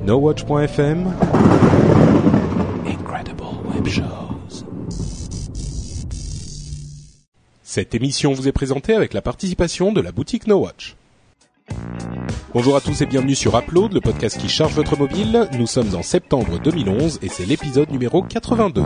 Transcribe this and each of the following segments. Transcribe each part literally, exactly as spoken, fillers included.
nowatch point f m. Incredible Web Shows. Cette émission vous est présentée avec la participation de la boutique NoWatch. Bonjour à tous et bienvenue sur Upload, le podcast qui charge votre mobile. Nous sommes en septembre deux mille onze et c'est l'épisode numéro quatre-vingt-deux.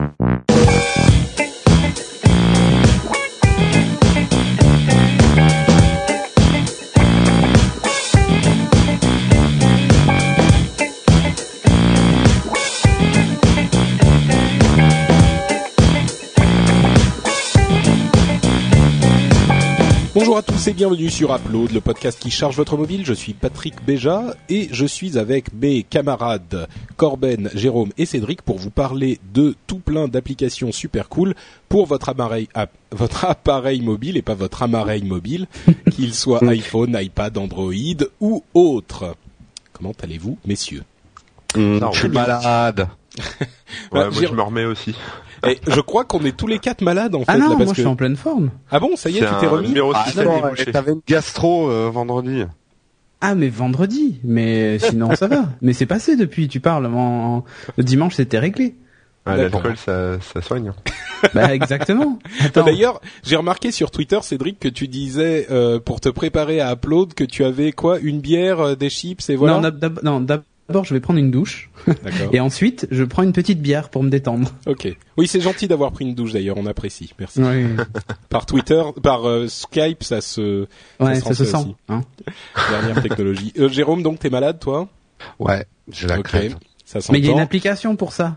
Bonjour à tous et bienvenue sur Upload, le podcast qui charge votre mobile. Je suis Patrick Béja et je suis avec mes camarades Corben, Jérôme et Cédric pour vous parler de tout plein d'applications super cool pour votre appareil, app, votre appareil mobile et pas votre appareil mobile, qu'il soit iPhone, iPad, Android ou autre. Comment allez-vous, messieurs? Mmh, non, je suis malade. Ouais, moi je me remets aussi. Et je crois qu'on est tous les quatre malades en fait. Ah non, là, parce moi que... je suis en pleine forme. Ah bon, ça y est, c'est tu t'es remis? Ah, non, et t'avais une gastro euh, vendredi. Ah mais vendredi, mais sinon ça va. Mais c'est passé depuis, tu parles. En... Le dimanche c'était réglé. Ah, l'alcool ça, ça soigne. Bah exactement. Attends. D'ailleurs, j'ai remarqué sur Twitter, Cédric, que tu disais euh, pour te préparer à Upload que tu avais quoi, une bière, euh, des chips et voilà. Non, d'ab- d'ab- non, d'abord je vais prendre une douche. D'accord. Et ensuite je prends une petite bière pour me détendre. Ok. Oui, c'est gentil d'avoir pris une douche d'ailleurs, on apprécie. Merci. Oui. Par Twitter, par euh, Skype, ça se. Ouais, ça, ça se fait sent. aussi. Hein. Dernière technologie. Euh, Jérôme, donc t'es malade, toi? Ouais, j'ai la Ok. crève. Ça s'entend. Mais il y a une application pour ça.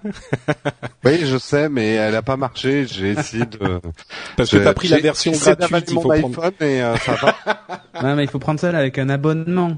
Oui, je sais, mais elle a pas marché. J'ai essayé de. Parce que je- t'as pris la j'ai- version j'ai essayé gratuite. d'avaler Il mon faut prendre. iPhone et euh, ça va. Ouais, mais il faut prendre ça là, avec un abonnement.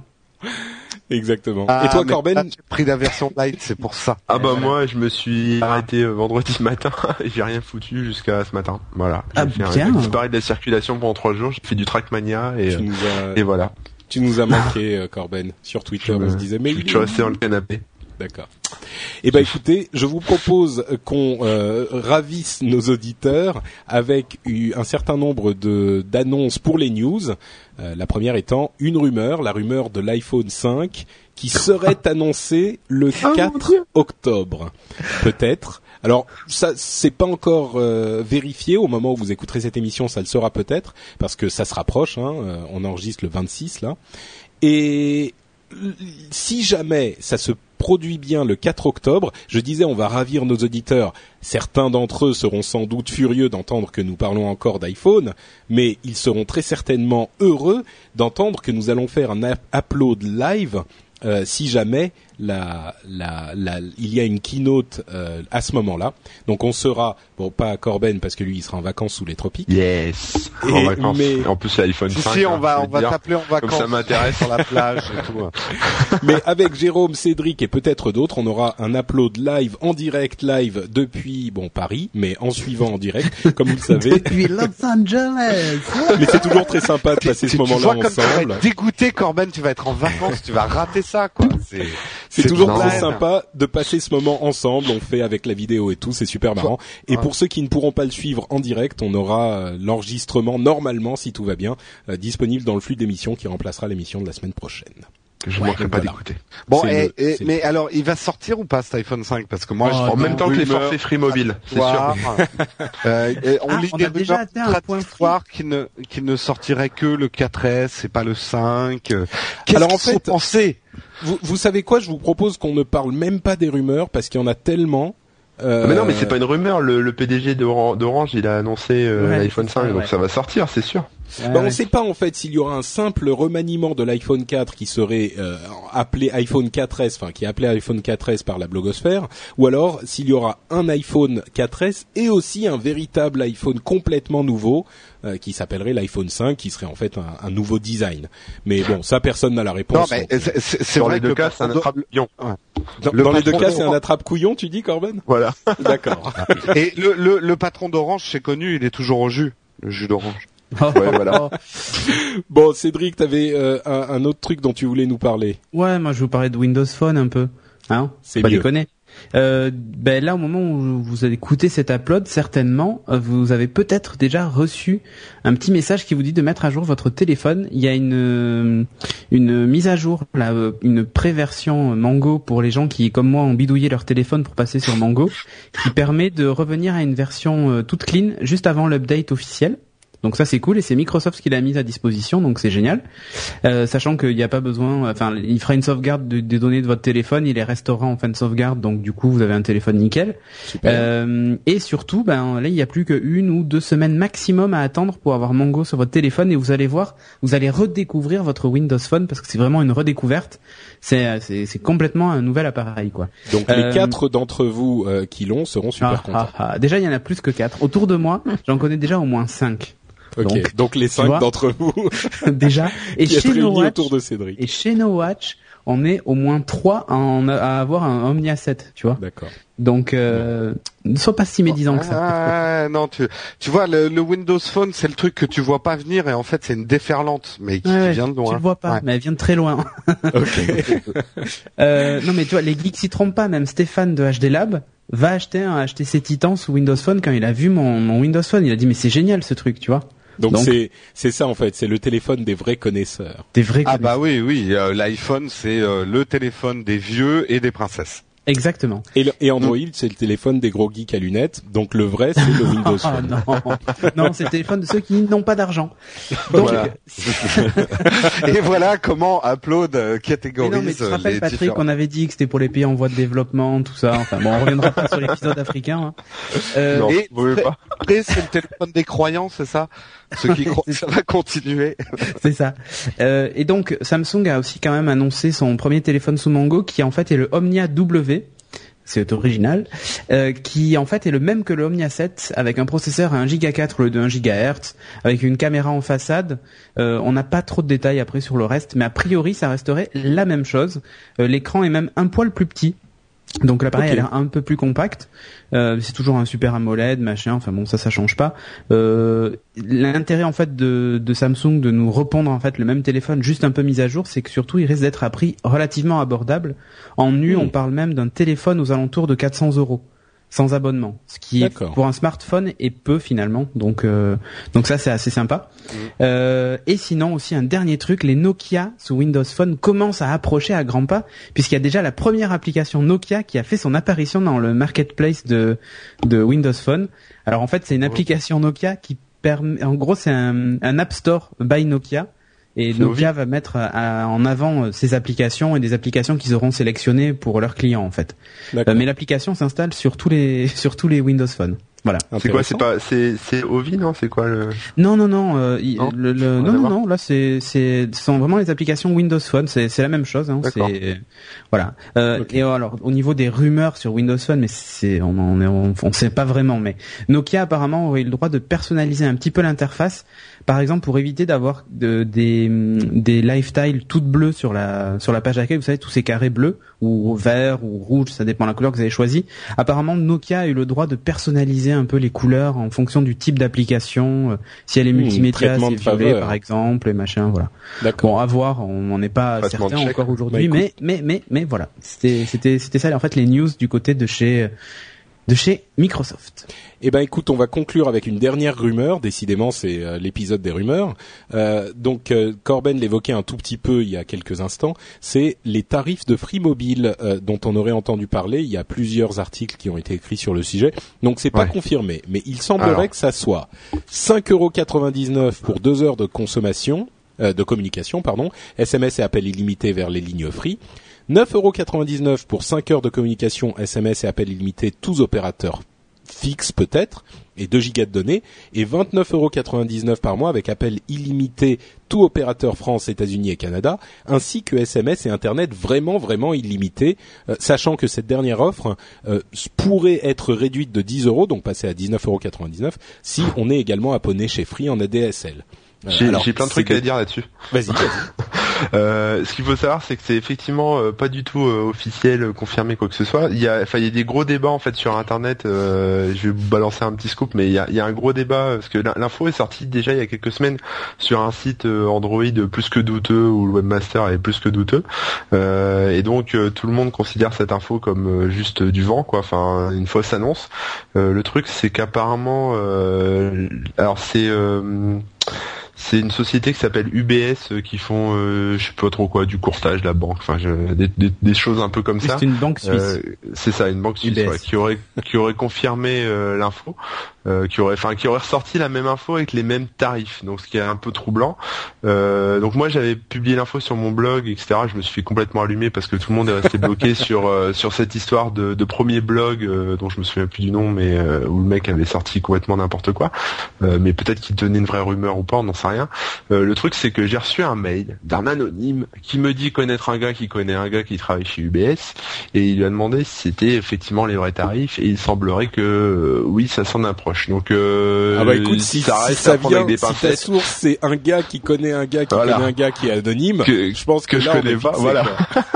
Exactement. Ah, et toi, mais Corben? là, j'ai pris la version light, c'est pour ça. Ah bah moi je me suis arrêté euh, vendredi matin et j'ai rien foutu jusqu'à ce matin. Voilà. J'ai Ah, fait un- bien. j'ai disparu de la circulation pendant trois jours. J'ai fait du Trackmania et Tu euh, nous as, et voilà. tu nous as manqué, euh, Corben, sur Twitter. Je, On se disait, mais je il suis est resté où dans le canapé. D'accord. Eh ben écoutez, je vous propose qu'on euh, ravisse nos auditeurs avec u- un certain nombre de d'annonces pour les news. Euh, la première étant une rumeur, la rumeur de l'iPhone cinq qui serait annoncée le quatre octobre. Peut-être. Alors ça c'est pas encore euh, vérifié au moment où vous écouterez cette émission, ça le sera peut-être parce que ça se rapproche. Hein, euh, on enregistre le vingt-six là. Et si jamais ça se produit bien le quatre octobre, je disais on va ravir nos auditeurs. Certains d'entre eux seront sans doute furieux d'entendre que nous parlons encore d'iPhone, mais ils seront très certainement heureux d'entendre que nous allons faire un up- upload live euh, si jamais la, la, la, il y a une keynote euh, à ce moment-là. Donc on sera, bon pas à Corben parce que lui il sera en vacances sous les tropiques. Yes. Et- en vacances. mais- Et en plus c'est l'iPhone Si, cinq. si, on hein, va, je on veux va dire. t'appeler en vacances. ça m'intéresse. Sur la plage et tout. Mais avec Jérôme, Cédric et peut-être d'autres, on aura un upload live en direct live depuis bon Paris, mais en suivant en direct, comme vous le savez. Depuis Los Angeles. Mais c'est toujours très sympa de passer ce Tu- tu moment-là vois comme tu vas ensemble. être dégoûté, Corben, tu vas être en vacances, tu vas rater ça, quoi. C'est, C'est toujours non. très sympa de passer ce moment ensemble. On fait avec la vidéo et tout, c'est super marrant. Et pour ceux qui ne pourront pas le suivre en direct, on aura euh, l'enregistrement normalement, si tout va bien, euh, disponible dans le flux d'émissions qui remplacera l'émission de la semaine prochaine. Je Ouais, manquerai pas voilà. d'écouter. Bon, C'est et, le- et- c'est- mais alors, il va sortir ou pas cet iPhone cinq? Parce que moi, Oh, je En non. même temps que les rumeurs, forfaits free mobile, c'est sûr. voir, euh, et on Ah, lit on des a déjà rumeurs atteint un point contradictoires qui ne, qui ne sortirait que le quatre S et pas le cinq. Euh, Qu'est-ce Alors, en qu'il faut fait- penser? Vous, vous savez quoi? Je vous propose qu'on ne parle même pas des rumeurs parce qu'il y en a tellement. Euh, Mais non, mais c'est pas une rumeur. Le, le P D G d'Oran- d'Orange, il a annoncé euh, Ouais, l'iPhone c'est ça, cinq, donc ouais. ça va sortir, c'est sûr. Ouais, Bah, on ouais. ne sait pas en fait s'il y aura un simple remaniement de l'iPhone quatre qui serait euh, appelé iPhone quatre S, enfin qui est appelé iPhone quatre S par la blogosphère, ou alors s'il y aura un iPhone quatre S et aussi un véritable iPhone complètement nouveau euh, qui s'appellerait l'iPhone cinq, qui serait en fait un, un nouveau design. Mais bon, ça personne n'a la Non, réponse. mais donc, c'est, c'est, c'est Dans vrai les deux que cas, c'est un patron attrape-lion. dans, le dans les deux patron cas, c'est un d'Orange- attrape-couillon, tu dis, Corben? Voilà. D'accord. d'O- Et le, le, le patron d'Orange, c'est connu, il est toujours au jus. Le jus d'orange. Oh, Ouais, voilà. Bon, Cédric, t'avais euh, un, un autre truc dont tu voulais nous parler. Ouais, moi je vous parlais de Windows Phone un peu. Hein? C'est Pas mieux. déconner. Euh, ben là, au moment où vous avez écouté cet upload, certainement, vous avez peut-être déjà reçu un petit message qui vous dit de mettre à jour votre téléphone. Il y a une une mise à jour, là, une pré-version Mango pour les gens qui, comme moi, ont bidouillé leur téléphone pour passer sur Mango, qui permet de revenir à une version toute clean juste avant l'update officiel. Donc ça c'est cool et c'est Microsoft qui l'a mise à disposition, donc c'est génial. Euh, sachant qu'il n'y a pas besoin, enfin il fera une sauvegarde de, des données de votre téléphone, il les restaurera en fin de sauvegarde, donc du coup vous avez un téléphone nickel. Euh, et surtout, ben là il n'y a plus qu'une ou deux semaines maximum à attendre pour avoir Mango sur votre téléphone et vous allez voir, vous allez redécouvrir votre Windows Phone parce que c'est vraiment une redécouverte. C'est c'est, c'est complètement un nouvel appareil quoi. Donc euh, les quatre d'entre vous euh, qui l'ont seront super ah, contents. Ah, ah. Déjà il y en a plus que quatre. Autour de moi, j'en connais déjà au moins cinq. Ok, donc, donc les cinq d'entre vous déjà. Et qui chez êtes No réunis Watch, autour de Cédric. Et chez No Watch, on est au moins trois à, en, à avoir un Omnia sept, tu vois. D'accord. Donc, euh, ne sois pas si médisant que ça. Ah, non, tu, tu vois, le, le Windows Phone, c'est le truc que tu vois pas venir et en fait, c'est une déferlante, mais qui, ouais, qui vient de loin. Tu le vois pas, ouais. mais elle vient de très loin. Ok. euh, non, mais tu vois, les geeks s'y trompent pas. Même Stéphane de H D Lab va acheter un H T C Titan sous Windows Phone quand il a vu mon, mon Windows Phone. Il a dit, mais c'est génial ce truc, tu vois. Donc, Donc c'est c'est ça en fait, c'est le téléphone des vrais connaisseurs. Des vrais Ah connaisseurs. bah oui, oui, euh, l'iPhone, c'est euh, le téléphone des vieux et des princesses. Exactement. Et, le, et Android, mm. c'est le téléphone des gros geeks à lunettes. Donc le vrai, c'est le Windows Phone. Oh, non, non, c'est le téléphone de ceux qui n'ont pas d'argent. Donc, voilà. Et voilà comment Upload euh, catégorise. Mais non, mais tu te rappelles, les Patrick, différents... on avait dit que c'était pour les pays en voie de développement, tout ça. Enfin bon, on reviendra pas sur l'épisode africain. Hein. Euh, non, et vous pas. Après, c'est le téléphone des croyants, c'est ça? Ceux qui croient que ça va continuer. C'est ça. Euh, et donc, Samsung a aussi quand même annoncé son premier téléphone sous Mango, qui en fait est le Omnia W. C'est original, euh, qui en fait est le même que le Omnia sept, avec un processeur à un giga quatre au lieu de un gigahertz, avec une caméra en façade. Euh, on n'a pas trop de détails après sur le reste, mais a priori ça resterait la même chose. Euh, l'écran est même un poil plus petit. Donc l'appareil okay. a l'air un peu plus compact. Euh, c'est toujours un super AMOLED, machin. Enfin bon, ça, ça change pas. Euh, l'intérêt en fait de, de Samsung de nous repondre en fait le même téléphone, juste un peu mis à jour, c'est que surtout il risque d'être à prix relativement abordable. En nu, mmh. on parle même d'un téléphone aux alentours de quatre cents euros. Sans abonnement, ce qui D'accord. pour un smartphone est peu finalement, donc euh, donc ça c'est assez sympa. Mmh. Euh, et sinon aussi un dernier truc, les Nokia sous Windows Phone commencent à approcher à grands pas, puisqu'il y a déjà la première application Nokia qui a fait son apparition dans le marketplace de de Windows Phone. Alors en fait c'est une application Nokia qui permet, en gros c'est un, un App Store by Nokia. Et Nokia va mettre à, en avant ses applications et des applications qu'ils auront sélectionnées pour leurs clients en fait. Euh, mais l'application s'installe sur tous les sur tous les Windows Phone. Voilà. C'est quoi? C'est pas c'est c'est Ovi, non? C'est quoi le? Non non non. Euh, non, le, le, non non non. Là c'est c'est ce sont vraiment les applications Windows Phone. C'est c'est la même chose. Hein. C'est voilà. Euh, okay. Et alors au niveau des rumeurs sur Windows Phone, mais c'est on on on, on sait pas vraiment. Mais Nokia apparemment aurait eu le droit de personnaliser un petit peu l'interface. Par exemple, pour éviter d'avoir de, des des lifestyles toutes bleues sur la sur la page d'accueil, vous savez, tous ces carrés bleus ou verts ou rouges, ça dépend de la couleur que vous avez choisie. Apparemment, Nokia a eu le droit de personnaliser un peu les couleurs en fonction du type d'application, euh, si elle est multimédia, si elle est violet par exemple, et machin, voilà. D'accord. Bon, à voir, on n'en est pas Fassement certain encore aujourd'hui, bah, mais mais mais mais voilà, c'était c'était c'était ça en fait les news du côté de chez de chez Microsoft. Eh ben, écoute, on va conclure avec une dernière rumeur. Décidément, c'est euh, l'épisode des rumeurs. Euh, donc, euh, Corben l'évoquait un tout petit peu il y a quelques instants. C'est les tarifs de Free Mobile euh, dont on aurait entendu parler. Il y a plusieurs articles qui ont été écrits sur le sujet. Donc, c'est pas ouais. confirmé, mais il semblerait Alors. que ça soit cinq euros quatre-vingt-dix-neuf pour deux heures de consommation, euh, de communication, pardon, S M S et appels illimités vers les lignes Free. neuf euros quatre-vingt-dix-neuf pour cinq heures de communication, S M S et appels illimités, tous opérateurs fixes peut-être, et deux gigas de données, et vingt-neuf euros quatre-vingt-dix-neuf par mois avec appels illimités, tout opérateur France, États-Unis et Canada, ainsi que S M S et Internet vraiment, vraiment illimités, euh, sachant que cette dernière offre euh, pourrait être réduite de dix euros, donc passer à dix-neuf euros quatre-vingt-dix-neuf, si on est également abonné chez Free en A D S L. Euh, j'ai, alors, j'ai plein de trucs de... à dire là-dessus. Vas-y, vas-y. Euh, ce qu'il faut savoir, c'est que c'est effectivement euh, pas du tout euh, officiel, euh, confirmé quoi que ce soit. Il y a, enfin, il y a des gros débats en fait sur Internet. Euh, je vais vous balancer un petit scoop, mais il y a, il y a un gros débat parce que l'info est sortie déjà il y a quelques semaines sur un site euh, Android plus que douteux où le webmaster est plus que douteux. Euh, et donc euh, tout le monde considère cette info comme euh, juste du vent, quoi. Enfin, une fausse annonce. Euh, le truc, c'est qu'apparemment, euh, alors c'est euh, c'est une société qui s'appelle U B S euh, qui font, euh, je sais pas trop quoi, du courtage, la banque, enfin je, des, des, des choses un peu comme ça. C'est une banque suisse. Euh, c'est ça, une banque suisse, ouais, qui aurait qui aurait confirmé euh, l'info, euh, qui aurait, enfin qui aurait ressorti la même info avec les mêmes tarifs. Donc ce qui est un peu troublant. Euh, donc moi j'avais publié l'info sur mon blog, et cetera. Je me suis fait complètement allumé parce que tout le monde est resté bloqué sur euh, sur cette histoire de, de premier blog euh, dont je me souviens plus du nom, mais euh, où le mec avait sorti complètement n'importe quoi. Euh, mais peut-être qu'il tenait une vraie rumeur ou pas, on n'en sait rien. Euh, le truc c'est que j'ai reçu un mail d'un anonyme qui me dit connaître un gars qui connaît un gars qui travaille chez U B S et il lui a demandé si c'était effectivement les vrais tarifs et il semblerait que euh, oui ça s'en approche. Donc euh, ah bah écoute, si ça, reste si ça vient, avec des si ta source c'est un gars qui connaît un gars qui voilà. connaît un gars qui est anonyme, que, je pense que, que là, je connais pas. Fixé, voilà.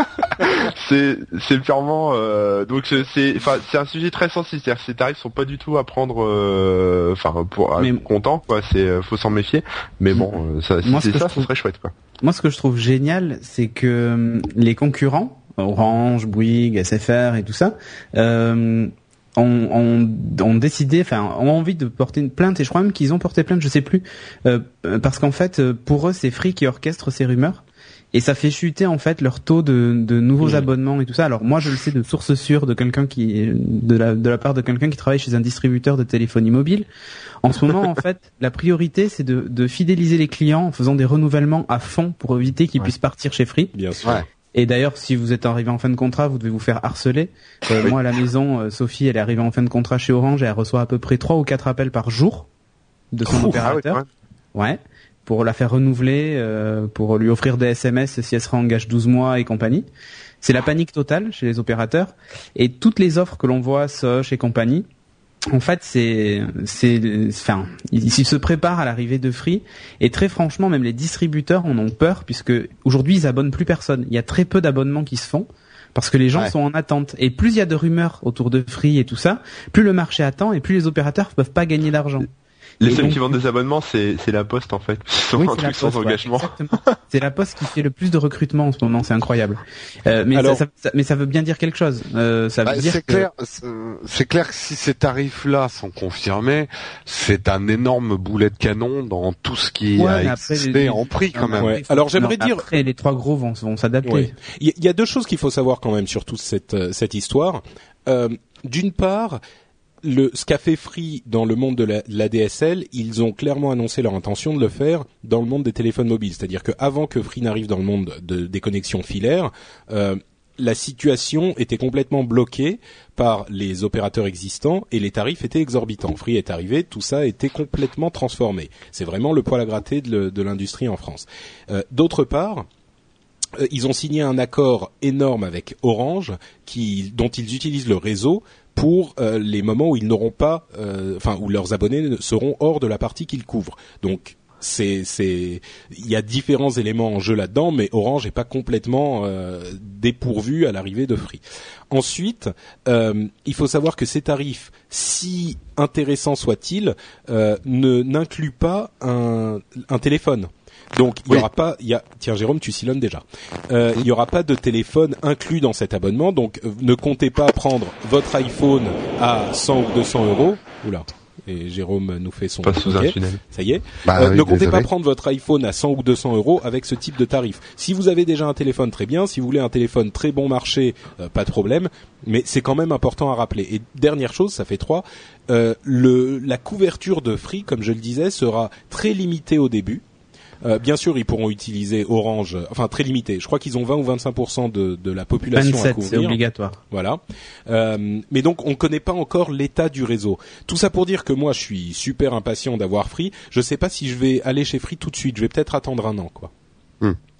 c'est c'est purement euh, donc c'est enfin c'est un sujet très sensible. C'est-à-dire que ces tarifs sont pas du tout à prendre enfin euh, pour mais, content quoi. C'est faut s'en méfier. Mais bon, euh, ça, si c'est ça, trouve, ça serait chouette quoi. Moi, ce que je trouve génial, c'est que les concurrents, Orange, Bouygues, S F R et tout ça, euh, ont, ont, ont décidé, enfin, ont envie de porter une plainte. Et je crois même qu'ils ont porté plainte, je sais plus, euh, parce qu'en fait, pour eux, c'est Free qui orchestre ces rumeurs. Et ça fait chuter en fait leur taux de, de nouveaux mmh. abonnements et tout ça. Alors moi je le sais de source sûre de quelqu'un qui de la de la part de quelqu'un qui travaille chez un distributeur de téléphonie mobile. En ce moment en fait la priorité c'est de, de fidéliser les clients en faisant des renouvellements à fond pour éviter qu'ils ouais. puissent partir chez Free. Bien sûr. Ouais. Et d'ailleurs si vous êtes arrivé en fin de contrat vous devez vous faire harceler. Euh, oui. Moi à la maison euh, Sophie elle est arrivée en fin de contrat chez Orange et elle reçoit à peu près trois ou quatre appels par jour de son Ouh, opérateur. Ah oui, ouais. Pour la faire renouveler, euh, pour lui offrir des S M S si elle se réengage douze mois et compagnie. C'est la panique totale chez les opérateurs. Et toutes les offres que l'on voit, Soch et compagnie, en fait, c'est, c'est, enfin, ils, ils se préparent à l'arrivée de Free. Et très franchement, même les distributeurs en ont peur puisque aujourd'hui, ils abonnent plus personne. Il y a très peu d'abonnements qui se font. Parce que les gens ouais. sont en attente. Et plus il y a de rumeurs autour de Free et tout ça, plus le marché attend et plus les opérateurs peuvent pas gagner d'argent. Les seuls qui vendent des abonnements, c'est, c'est la Poste en fait. Ils sont oui, un truc sans engagement. Ouais, c'est la Poste qui fait le plus de recrutement en ce moment, c'est incroyable. Euh, mais, Alors, ça, ça, mais ça veut bien dire quelque chose. Euh, ça veut bah, dire c'est que... clair. C'est clair que si ces tarifs-là sont confirmés, c'est un énorme boulet de canon dans tout ce qui ouais, a existé les... en prix quand même. Ouais. Alors j'aimerais non, dire. Après, les trois gros vont, vont s'adapter. Ouais. Il y a deux choses qu'il faut savoir quand même sur toute cette cette histoire. Euh, d'une part. Le, ce qu'a fait Free dans le monde de la, de la D S L, ils ont clairement annoncé leur intention de le faire dans le monde des téléphones mobiles. C'est-à-dire qu'avant que Free n'arrive dans le monde de, des connexions filaires, euh, la situation était complètement bloquée par les opérateurs existants et les tarifs étaient exorbitants. Free est arrivé, tout ça a été complètement transformé. C'est vraiment le poil à gratter de, le, de l'industrie en France. Euh, d'autre part, euh, ils ont signé un accord énorme avec Orange, qui, dont ils utilisent le réseau pour euh, les moments où ils n'auront pas, euh, enfin où leurs abonnés seront hors de la partie qu'ils couvrent. Donc c'est, c'est, il y a différents éléments en jeu là-dedans, mais Orange n'est pas complètement euh, dépourvu à l'arrivée de Free. Ensuite, euh, il faut savoir que ces tarifs, si intéressants soient-ils, euh, ne n'incluent pas un, un téléphone. Donc il y oui. aura pas, il y a, tiens Jérôme, tu sillonnes déjà. Euh, il y aura pas de téléphone inclus dans cet abonnement, donc euh, ne comptez pas prendre votre iPhone à cent ou deux cents euros. Oula. Et Jérôme nous fait son. Pas sous un tunnel. Ça y est. Bah, euh, oui, ne comptez désolé. pas prendre votre iPhone à cent ou deux cents euros avec ce type de tarif. Si vous avez déjà un téléphone, très bien. Si vous voulez un téléphone très bon marché, euh, pas de problème. Mais c'est quand même important à rappeler. Et dernière chose, ça fait trois. Euh, le, la couverture de Free, comme je le disais, sera très limitée au début. Euh, bien sûr, ils pourront utiliser Orange, enfin très limité. Je crois qu'ils ont vingt ou vingt-cinq pour cent de, de la population vingt-sept, à couvrir. C'est obligatoire. Voilà. Euh, mais donc, on ne connaît pas encore l'état du réseau. Tout ça pour dire que moi, je suis super impatient d'avoir Free. Je sais pas si je vais aller chez Free tout de suite. Je vais peut-être attendre un an, quoi. Hmm.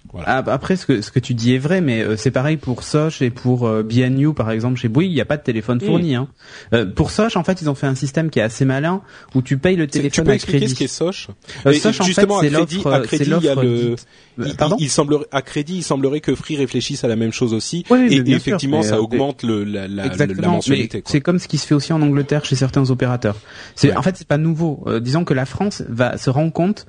Voilà. Après, ce que ce que tu dis est vrai, mais euh, c'est pareil pour Soch et pour euh, B N U par exemple chez Bouygues, il n'y a pas de téléphone fourni. Mmh. Hein. Euh, pour Soch, en fait, ils ont fait un système qui est assez malin où tu payes le téléphone à crédit. Tu peux expliquer ce qu'est Soch euh, Soch, en justement, fait, c'est à crédit, l'offre. À crédit, c'est l'offre il y a le. Il, Pardon il, il semblerait à crédit, il semblerait que Free réfléchisse à la même chose aussi, oui, et, et effectivement, sûr, ça mais, augmente le la la, exactement, la mensualité. Mais quoi. C'est comme ce qui se fait aussi en Angleterre chez certains opérateurs. C'est ouais. En fait, c'est pas nouveau. Euh, disons que la France va se rendre compte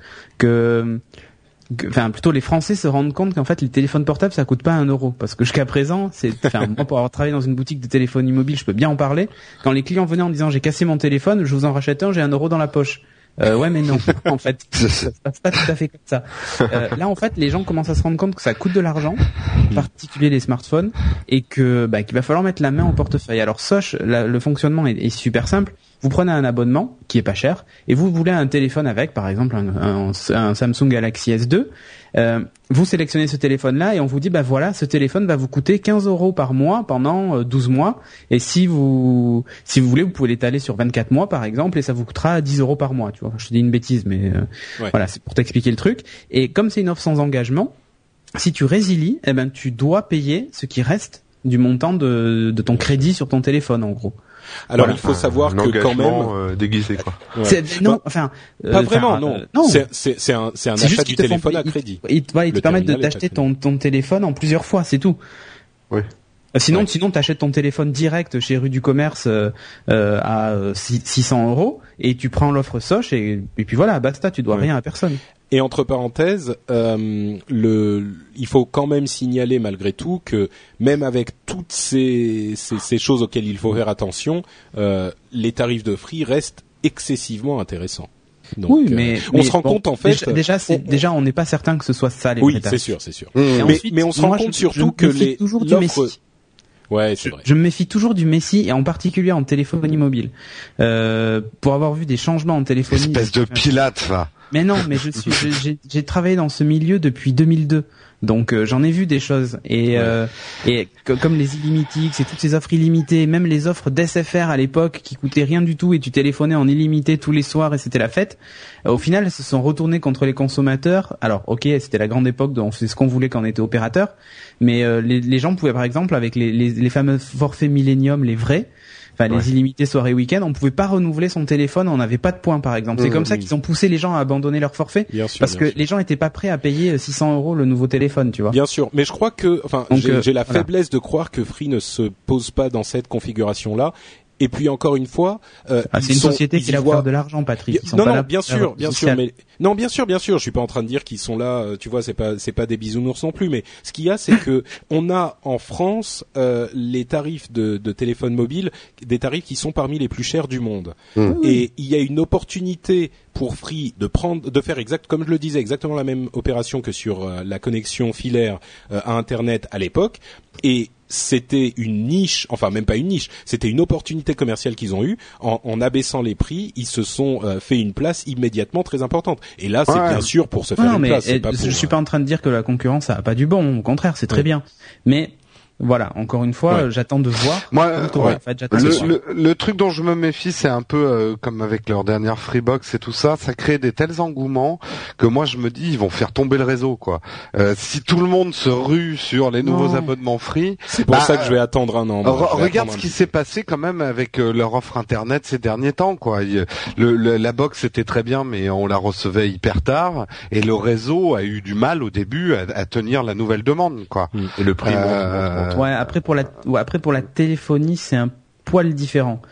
que Enfin, plutôt les Français se rendent compte qu'en fait les téléphones portables ça coûte pas un euro, parce que jusqu'à présent, c'est, enfin moi pour avoir travaillé dans une boutique de téléphonie mobile, je peux bien en parler. Quand les clients venaient en disant j'ai cassé mon téléphone, je vous en rachète un, j'ai un euro dans la poche. Euh, ouais mais non, en fait, ça se passe pas tout à fait comme ça. Euh, là en fait, les gens commencent à se rendre compte que ça coûte de l'argent, en particulier les smartphones, et que bah, qu'il va falloir mettre la main au portefeuille. Alors Soch, la, le fonctionnement est, est super simple. Vous prenez un abonnement qui est pas cher et vous voulez un téléphone avec, par exemple un, un, un Samsung Galaxy S deux. Euh, vous sélectionnez ce téléphone-là et on vous dit bah voilà, ce téléphone va vous coûter quinze euros par mois pendant douze mois. Et si vous si vous voulez, vous pouvez l'étaler sur vingt-quatre mois par exemple et ça vous coûtera dix euros par mois. Tu vois, je te dis une bêtise, mais euh, ouais. Voilà, c'est pour t'expliquer le truc. Et comme c'est une offre sans engagement, si tu résilies, eh ben tu dois payer ce qui reste du montant de, de ton crédit sur ton téléphone en gros. Alors voilà. il faut savoir un que quand même euh, déguisé quoi. Ouais. C'est, non, enfin euh, pas vraiment enfin, non. Euh, non. C'est c'est c'est un c'est un c'est achat du téléphone à crédit. Ils te, ils te permettent de, d'acheter ton ton téléphone en plusieurs fois, c'est tout. Oui. Sinon, ouais. sinon, t'achètes ton téléphone direct chez Rue du Commerce euh, euh, à six cents euros et tu prends l'offre Soch et, et puis voilà, basta, tu dois ouais. rien à personne. Et entre parenthèses, euh, le, il faut quand même signaler malgré tout que même avec toutes ces, ces, ces choses auxquelles il faut faire attention, euh, les tarifs de Free restent excessivement intéressants. Donc, oui, mais euh, on mais se rend bon, compte en fait. Déjà, déjà, c'est, on, déjà, on n'est pas certain que ce soit ça les oui, vrais c'est sûr, c'est sûr. Mmh. Mais, ensuite, mais on se moi, rend compte je, surtout je que les toujours l'offre. Du Messi. Ouais, c'est je, vrai. Je me méfie toujours du Messi et en particulier en téléphonie mobile. Euh, pour avoir vu des changements en téléphonie. Espèce de pilate, va. Mais non, mais je suis, j'ai, j'ai travaillé dans ce milieu depuis deux mille deux. Donc euh, j'en ai vu des choses et ouais. euh, et que, comme les illimitix et toutes ces offres illimitées, même les offres d'S F R à l'époque qui coûtaient rien du tout et tu téléphonais en illimité tous les soirs et c'était la fête. Euh, au final, elles se sont retournées contre les consommateurs. Alors ok, c'était la grande époque où on faisait ce qu'on voulait quand on était opérateur, mais euh, les, les gens pouvaient par exemple avec les, les, les fameux forfaits Millennium, les vrais. Enfin, ouais. les illimités soirées week-end, on pouvait pas renouveler son téléphone, on n'avait pas de points par exemple. C'est mmh, comme mmh. ça qu'ils ont poussé les gens à abandonner leur forfait, bien sûr, parce bien que sûr. les gens étaient pas prêts à payer six cents euros le nouveau téléphone, tu vois. Bien sûr, mais je crois que, enfin, Donc, j'ai, euh, j'ai la voilà. faiblesse de croire que Free ne se pose pas dans cette configuration-là. Et puis encore une fois, euh, ah, c'est une sont, société qui a voit de l'argent, Patrick. Ils sont non, pas non, là bien sûr, bien sûr, mais non, bien sûr, bien sûr. Je suis pas en train de dire qu'ils sont là. Euh, tu vois, c'est pas, c'est pas des bisounours non plus. Mais ce qu'il y a, c'est que on a en France euh, les tarifs de, de téléphone mobile, des tarifs qui sont parmi les plus chers du monde. Mmh. Et il y a une opportunité pour Free de prendre, de faire exact, comme je le disais, exactement la même opération que sur euh, la connexion filaire euh, à Internet à l'époque. Et c'était une niche, enfin même pas une niche, c'était une opportunité commerciale qu'ils ont eue. En, en abaissant les prix, ils se sont euh, fait une place immédiatement très importante. Et là, c'est ouais. bien sûr pour se faire non, une mais place. C'est et, pas pour, je suis pas en train de dire que la concurrence a pas du bon. Au contraire, c'est très ouais. bien. Mais voilà, encore une fois, ouais. j'attends de voir. Moi, euh, ouais. en fait, j'attends le, de voir. Le, le truc dont je me méfie, c'est un peu euh, comme avec leur dernière Freebox et tout ça, ça crée des tels engouements que moi je me dis ils vont faire tomber le réseau, quoi. Euh, si tout le monde se rue sur les nouveaux non. abonnements Free, c'est pour bah, ça que je vais attendre un an. Re- regarde ce qui s'est passé quand même avec euh, leur offre internet ces derniers temps, quoi. Il, le, le, la box était très bien, mais on la recevait hyper tard, et le réseau a eu du mal au début à, à tenir la nouvelle demande, quoi. Et le prix. Euh, Ouais, après pour la ouais, après pour la téléphonie, c'est un poil différent.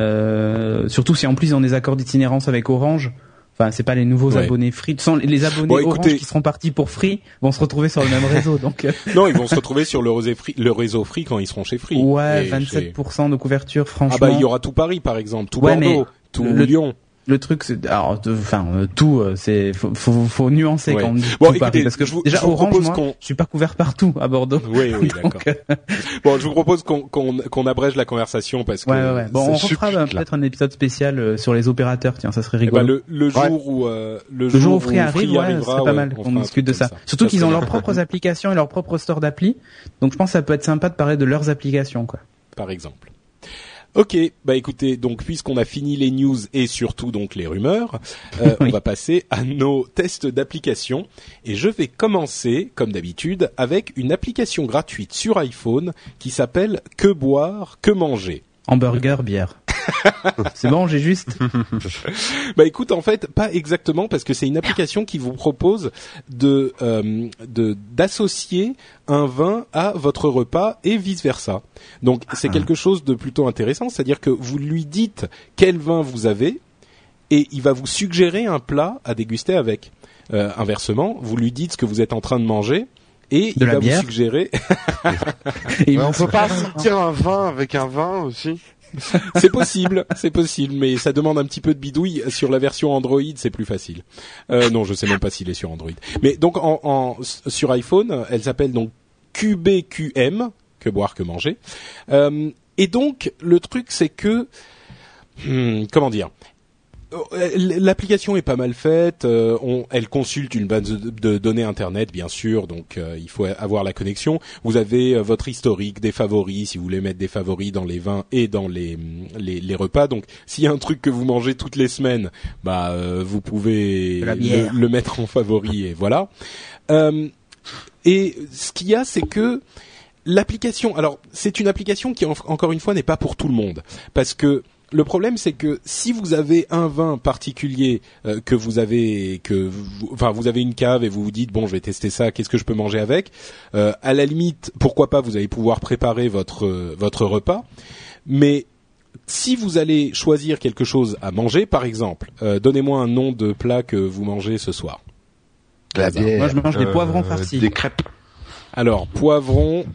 Euh, surtout si en plus ils ont des accords d'itinérance avec Orange. Enfin, c'est pas les nouveaux ouais. abonnés Free. Ce sont les abonnés bon, écoutez, Orange qui seront partis pour Free vont se retrouver sur le même réseau. Donc non, ils vont se retrouver sur le réseau Free, le réseau Free quand ils seront chez Free. Ouais, vingt-sept pour cent de couverture, franchement. Ah bah il y aura tout Paris par exemple, tout ouais, Bordeaux, tout le, Lyon. Le truc, c'est, alors, enfin, euh, tout, euh, c'est, faut, faut, faut nuancer ouais. quand on dit bon, tout écoutez, Paris, parce que je vous, déjà je vous Orange, moi, qu'on... je suis pas couvert partout à Bordeaux. Oui, oui, donc, d'accord. Euh... Bon, je vous propose qu'on, qu'on, qu'on abrège la conversation parce que. Ouais, ouais, ouais. Bon, on refera ben, peut-être un épisode spécial euh, sur les opérateurs. Tiens, ça serait rigolo. Eh ben, le, le jour ouais. où euh, le, le jour, jour où Free, arrive, Free ouais, arrivera, c'est pas ouais, mal qu'on discute de ça. ça. Surtout ça qu'ils ont bien. leurs propres applications et leur propre store d'appli. Donc, je pense que ça peut être sympa de parler de leurs applications, quoi. Par exemple. Ok, bah écoutez, donc puisqu'on a fini les news et surtout donc les rumeurs, euh, oui. on va passer à nos tests d'application. Et je vais commencer, comme d'habitude, avec une application gratuite sur iPhone qui s'appelle Que boire, que manger. Hamburger, bière. C'est bon, j'ai juste. Bah écoute, en fait, pas exactement, parce que c'est une application qui vous propose de, euh, de d'associer un vin à votre repas et vice versa. Donc c'est quelque chose de plutôt intéressant, c'est-à-dire que vous lui dites quel vin vous avez et il va vous suggérer un plat à déguster avec. Euh, inversement, vous lui dites ce que vous êtes en train de manger. Et de il va bière. vous suggérer. Et on peut pas sortir un vin avec un vin aussi. C'est possible, c'est possible, mais ça demande un petit peu de bidouille. Sur la version Android, c'est plus facile. Euh, non, je sais même pas s'il est sur Android. Mais donc en, en sur iPhone, elle s'appelle donc Q B Q M, que boire, que manger. Euh, et donc le truc, c'est que hmm, comment dire. L'application est pas mal faite, euh, on, elle consulte une base de, de données internet bien sûr, donc euh, il faut avoir la connexion. Vous avez euh, votre historique des favoris, si vous voulez mettre des favoris dans les vins et dans les les, les repas. Donc s'il y a un truc que vous mangez toutes les semaines, bah euh, vous pouvez le, le mettre en favori et voilà. Euh, et ce qu'il y a, c'est que l'application, alors c'est une application qui en, encore une fois n'est pas pour tout le monde, parce que le problème, c'est que si vous avez un vin particulier euh, que vous avez, que vous, enfin vous avez une cave et vous vous dites bon, je vais tester ça, qu'est-ce que je peux manger avec, euh, à la limite, pourquoi pas, vous allez pouvoir préparer votre euh, votre repas. Mais si vous allez choisir quelque chose à manger, par exemple, euh, donnez-moi un nom de plat que vous mangez ce soir. La bière. Moi, je mange des euh, poivrons farcis. Des crêpes. Alors poivrons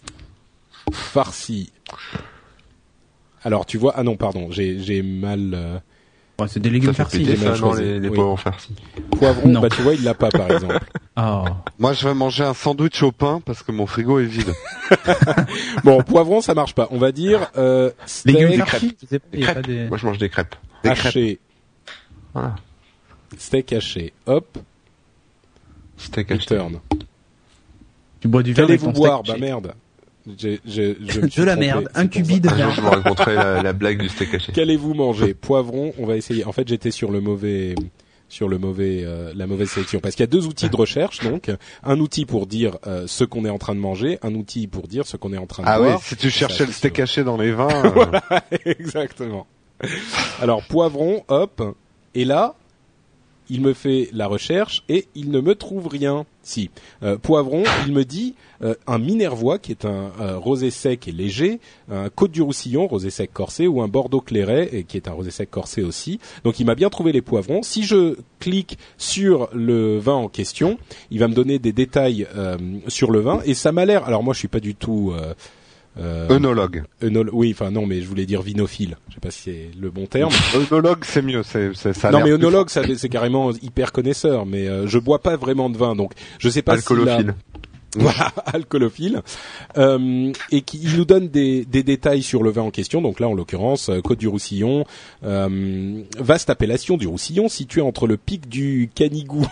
farcis. Alors tu vois, ah non pardon, j'ai j'ai mal. Euh... Ouais, c'est des légumes farcis. J'ai mal choisi. Non, les, les oui. poivrons farcis. Poivrons, non. Bah tu vois, il l'a pas par exemple. Oh. Moi, je vais manger un sandwich au pain parce que mon frigo est vide. Bon, poivrons, ça marche pas. On va dire euh, steak, légumes farcis. Des crêpes. Des crêpes. Des... Moi, je mange des crêpes. Des haché. Crêpes. Voilà. Steak haché. Hop. Steak haché. Turn. Tu bois du vin avec ton steak. Qu'allez-vous boire ? Bah merde. J'ai, j'ai, je me suis de la trompé, merde, un cubi de merde. merde. Je vous raconterai la, la blague du steak haché. Qu'allez-vous manger ? Poivron, on va essayer. En fait, j'étais sur le mauvais, sur le mauvais, euh, la mauvaise sélection, parce qu'il y a deux outils de recherche, donc un outil pour dire euh, ce qu'on est en train de manger, un outil pour dire ce qu'on est en train de ah boire. Ah oui, si tu cherchais le steak haché dans les vins. Euh... voilà, exactement. Alors poivron, hop, et là, il me fait la recherche et il ne me trouve rien. Si, euh, poivron, il me dit euh, un Minervois qui est un euh, rosé sec et léger, un Côte du Roussillon rosé sec corsé ou un Bordeaux Clairet et qui est un rosé sec corsé aussi. Donc il m'a bien trouvé les poivrons. Si je clique sur le vin en question, il va me donner des détails euh, sur le vin et ça m'a l'air. Alors moi je suis pas du tout euh, Euh, œnologue. Œnol- oui, enfin non, mais je voulais dire vinophile. Je sais pas si c'est le bon terme. Œnologue, c'est mieux. C'est, c'est, ça a non, l'air mais plus œnologue, ça, c'est carrément hyper connaisseur. Mais euh, je bois pas vraiment de vin, donc je sais pas. Alcoolophile. Si la... Voilà, alcoolophile. Euh, et qui il nous donne des, des détails sur le vin en question. Donc là, en l'occurrence, euh, Côte du Roussillon, euh, vaste appellation du Roussillon, située entre le pic du Canigou.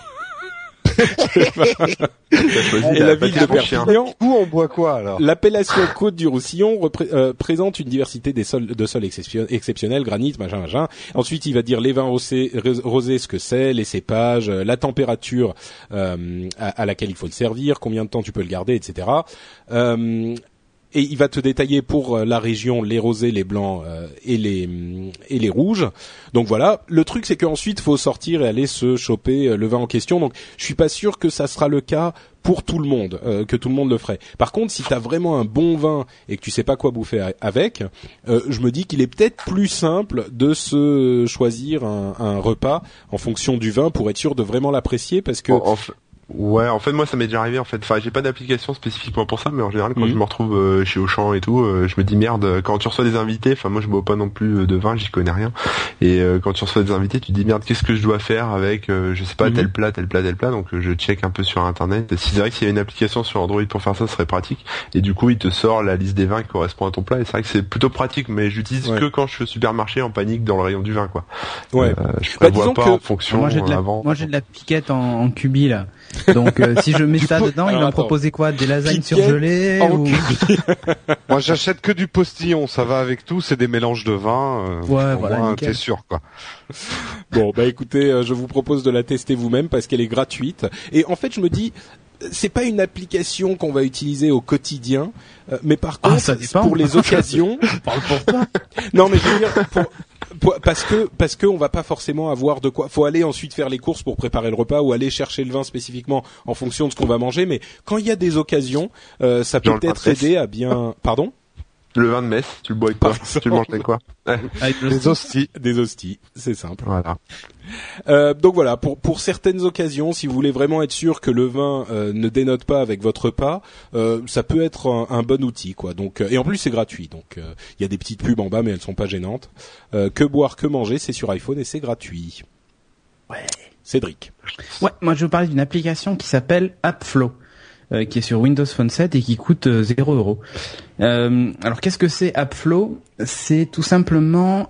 Et la ville de Perpignan. Où on boit quoi alors ? L'appellation Côte du Roussillon repré- euh, présente une diversité des sols, de sols exception- exceptionnels, granit, machin, machin. Ensuite, il va dire les vins rosés, rosés ce que c'est, les cépages, euh, la température euh, à, à laquelle il faut le servir, combien de temps tu peux le garder, et cetera. Euh, et il va te détailler pour la région les rosés, les blancs euh, et les et les rouges. Donc voilà, le truc c'est qu'ensuite faut sortir et aller se choper le vin en question. Donc je suis pas sûr que ça sera le cas pour tout le monde, euh, que tout le monde le ferait. Par contre, si t'as vraiment un bon vin et que tu sais pas quoi bouffer avec, euh, je me dis qu'il est peut-être plus simple de se choisir un, un repas en fonction du vin pour être sûr de vraiment l'apprécier parce que en, en fait... Ouais, en fait moi ça m'est déjà arrivé en fait. Enfin, j'ai pas d'application spécifiquement pour ça, mais en général quand mmh. je me retrouve euh, chez Auchan et tout, euh, je me dis merde. Quand tu reçois des invités, enfin moi je bois pas non plus de vin, j'y connais rien. Et euh, quand tu reçois des invités, tu te dis merde, qu'est-ce que je dois faire avec, euh, je sais pas, mmh. tel plat, tel plat, tel plat. Donc euh, je check un peu sur internet. Si c'est vrai que s'il y a une application sur Android pour faire ça, ce serait pratique. Et du coup, il te sort la liste des vins qui correspond à ton plat. Et c'est vrai que c'est plutôt pratique, mais j'utilise ouais. que quand je suis au supermarché en panique dans le rayon du vin, quoi. Ouais. Euh, je prévois bah, pas que... en fonction moi, j'ai de la, avant. Moi j'ai de la piquette en, en cubi là. Donc euh, si je mets ça po- dedans, Alors, il va me attends. proposer quoi? Des lasagnes Kit Kat surgelées en ou... Moi, j'achète que du postillon, ça va avec tout, c'est des mélanges de vin. Euh, Ouais, au voilà, moins, nickel. t'es sûr, quoi. Bon, bah écoutez, euh, je vous propose de la tester vous-même parce qu'elle est gratuite. Et en fait, je me dis, c'est pas une application qu'on va utiliser au quotidien, euh, mais par Ah, contre, ça dépend. pour les occasions. Parle pour toi. Non, mais je veux dire, pour, pour- parce que parce que on va pas forcément avoir de quoi. Faut aller ensuite faire les courses pour préparer le repas ou aller chercher le vin spécifiquement en fonction de ce qu'on va manger. Mais quand il y a des occasions, euh, ça peut Genre le peut-être vin de messe. aider à bien. Pardon. Le vin de messe, tu le bois avec quoi? Par exemple. Tu le manges avec quoi? Ouais. Avec le Les hosties. Des hosties, c'est simple. Voilà. Euh, donc voilà, pour pour certaines occasions, si vous voulez vraiment être sûr que le vin euh, ne dénote pas avec votre repas, euh, ça peut être un, un bon outil, quoi. Donc euh, et en plus c'est gratuit, donc il euh, y a des petites pubs en bas, mais elles sont pas gênantes. Euh, que boire, que manger, c'est sur iPhone et c'est gratuit. Ouais. Cédric. Ouais, moi je vais vous parler d'une application qui s'appelle AppFlow, euh, qui est sur Windows Phone sept et qui coûte euh, zéro euro. Euh, alors qu'est-ce que c'est AppFlow? C'est tout simplement